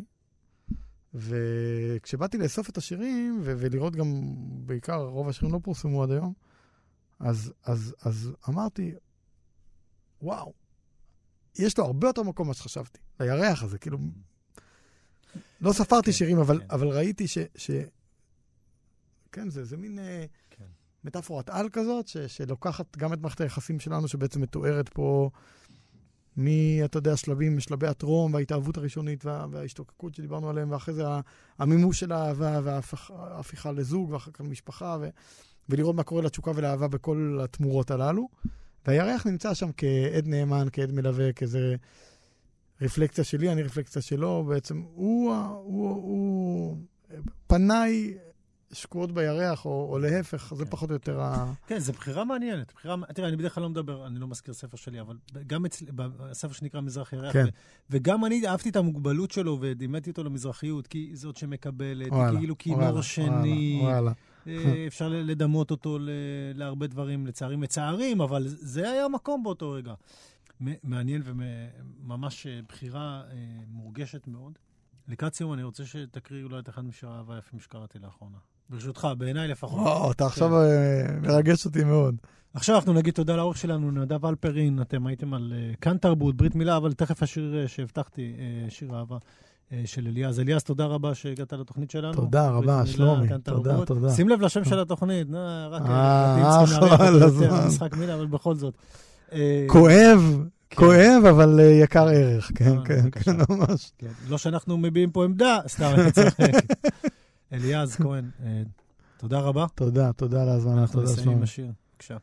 וכשבאתי לאסוף את השירים, ו- ולראות גם, בעיקר, רוב השירים לא פורסמו עד היום, אז, אז, אז אמרתי, וואו, יש לו הרבה יותר מקום מה שחשבתי. לירח הזה, כאילו... לא ספרתי כן, שירים, אבל, כן. אבל ראיתי ש... ש... כן, זה, זה מין כן. מטאפורת על כזאת, ש, שלוקחת גם את מערכת היחסים שלנו, שבעצם מתוארת פה מי, אתה יודע, שלבים, שלבי הטרום, וההתאהבות הראשונית, וה, וההשתוקקות שדיברנו עליהם, ואחרי זה המימוש של האהבה, וההפיכה לזוג, ואחר כך למשפחה, ו... ולראות מה קורה לתשוקה ולאהבה בכל התמורות הללו. והירח נמצא שם כעד נאמן, כעד מלווה, כאיזה רפלקציה שלי, אני רפלקציה שלו, בעצם הוא, הוא, הוא פניי שקועות בירח, או, או להפך, כן. זה פחות או יותר ה... כן, זו בחירה מעניינת. בחירה... תראה, אני בדרך כלל לא מדבר, אני לא מזכיר ספר שלי, אבל גם אצל... בספר שנקרא מזרח ירח, כן. ו... וגם אני אהבתי את המוגבלות שלו, ודימתי אותו למזרחיות, כי זאת שמקבלת, וואלה, כאילו כינור שני, וואלה, וואלה. אפשר לדמות אותו ל... להרבה דברים, לצערים מצערים, אבל זה היה מקום באותו רגע. מעניין וממש בחירה מורגשת מאוד. לקראת סיום, אני רוצה שתקריא אולי את אחד משירי האהבה היפים שקראתי לאחרונה. ברשותך, בעיניי לפחות. וואו, אתה עכשיו מרגש אותי מאוד. עכשיו אנחנו נגיד תודה לאורך שלנו, נדב אלפרין, אתם הייתם על כאן תרבות, ברית מילה, אבל תכף השיר שהבטחתי, שיר האהבה של אליעז. אליעז, תודה רבה שהגעת לתוכנית שלנו. תודה רבה, שלומי. תודה, תודה. שים לב לשם של התוכנית, רק אה, חבל הזמן. משחק מילה, אבל בכל זאת. כואב. כואב, אבל יקר ערך, כן, כן, כן, ממש. לא שאנחנו מביעים פה עמדה, סתם אני צחק. אליעז כהן, תודה רבה. תודה, תודה על הזמן. אנחנו נסיים עם השיר, בבקשה.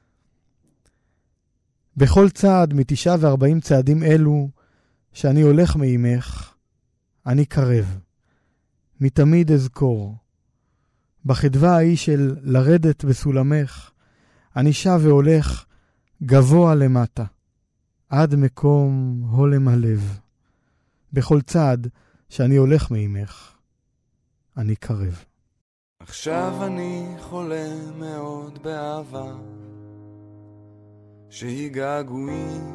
בכל צעד מתשעה וארבעים צעדים אלו, שאני הולך מעמך, אני קרב. מתמיד אזכור. בחדווה ההיא של לרדת בסולמך, אני שב והולך גבוה למטה. עד מקום הולם הלב. בכל צעד שאני הולך מעמך, אני קרב. עכשיו אני חולם מאוד באהבה, שהיא געגועים.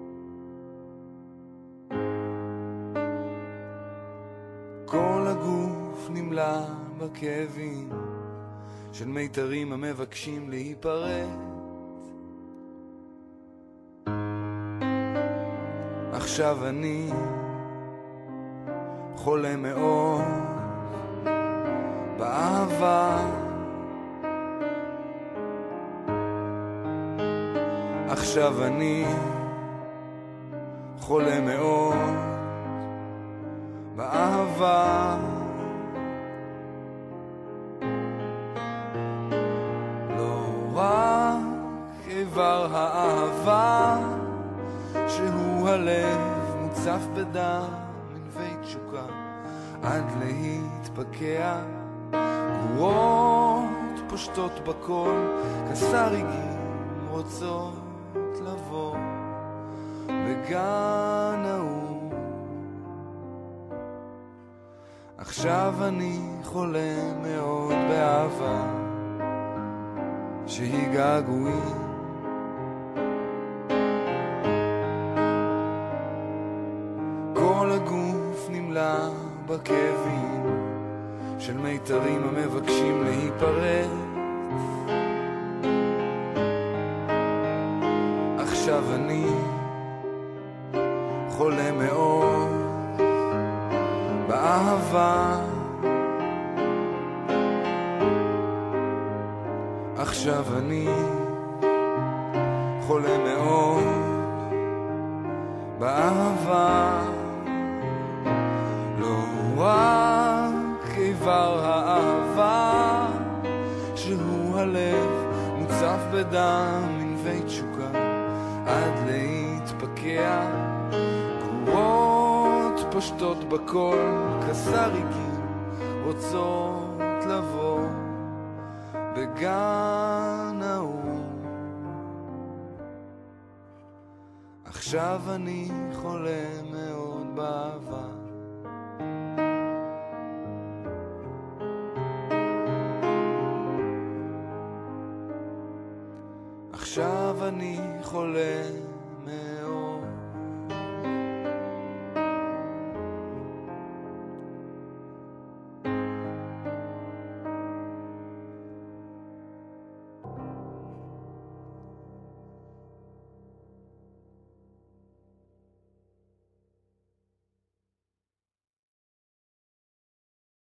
כל הגוף נמלא בכאבים של מיתרים המבקשים להיפרד. עכשיו אני חולם מאוד באהבה. עכשיו אני חולם מאוד באהבה. לא רק איבר האהבה שהוא הלב מוצף בדם מנבי תשוקה עד להתפקע, גרורות פושטות בכל כסריגים רוצות לבוא בגן ההוא. עכשיו אני חולם מאוד באהבה שהיא געגועים. כל הגוף נמלא בכאבים של מיתרים המבקשים להיפרד. עכשיו אני חולם מאוד באהבה. עכשיו אני חולה מאוד באהבה, לא רק איבר האהבה שהוא הלב מוצף בדם ענבי תשוקה עד להתפקע, גרורות פשטות בכל כסריקים רוצות לבוא בגן ההוא. עכשיו אני חולה מאוד באהבה. עכשיו אני חולה מאוד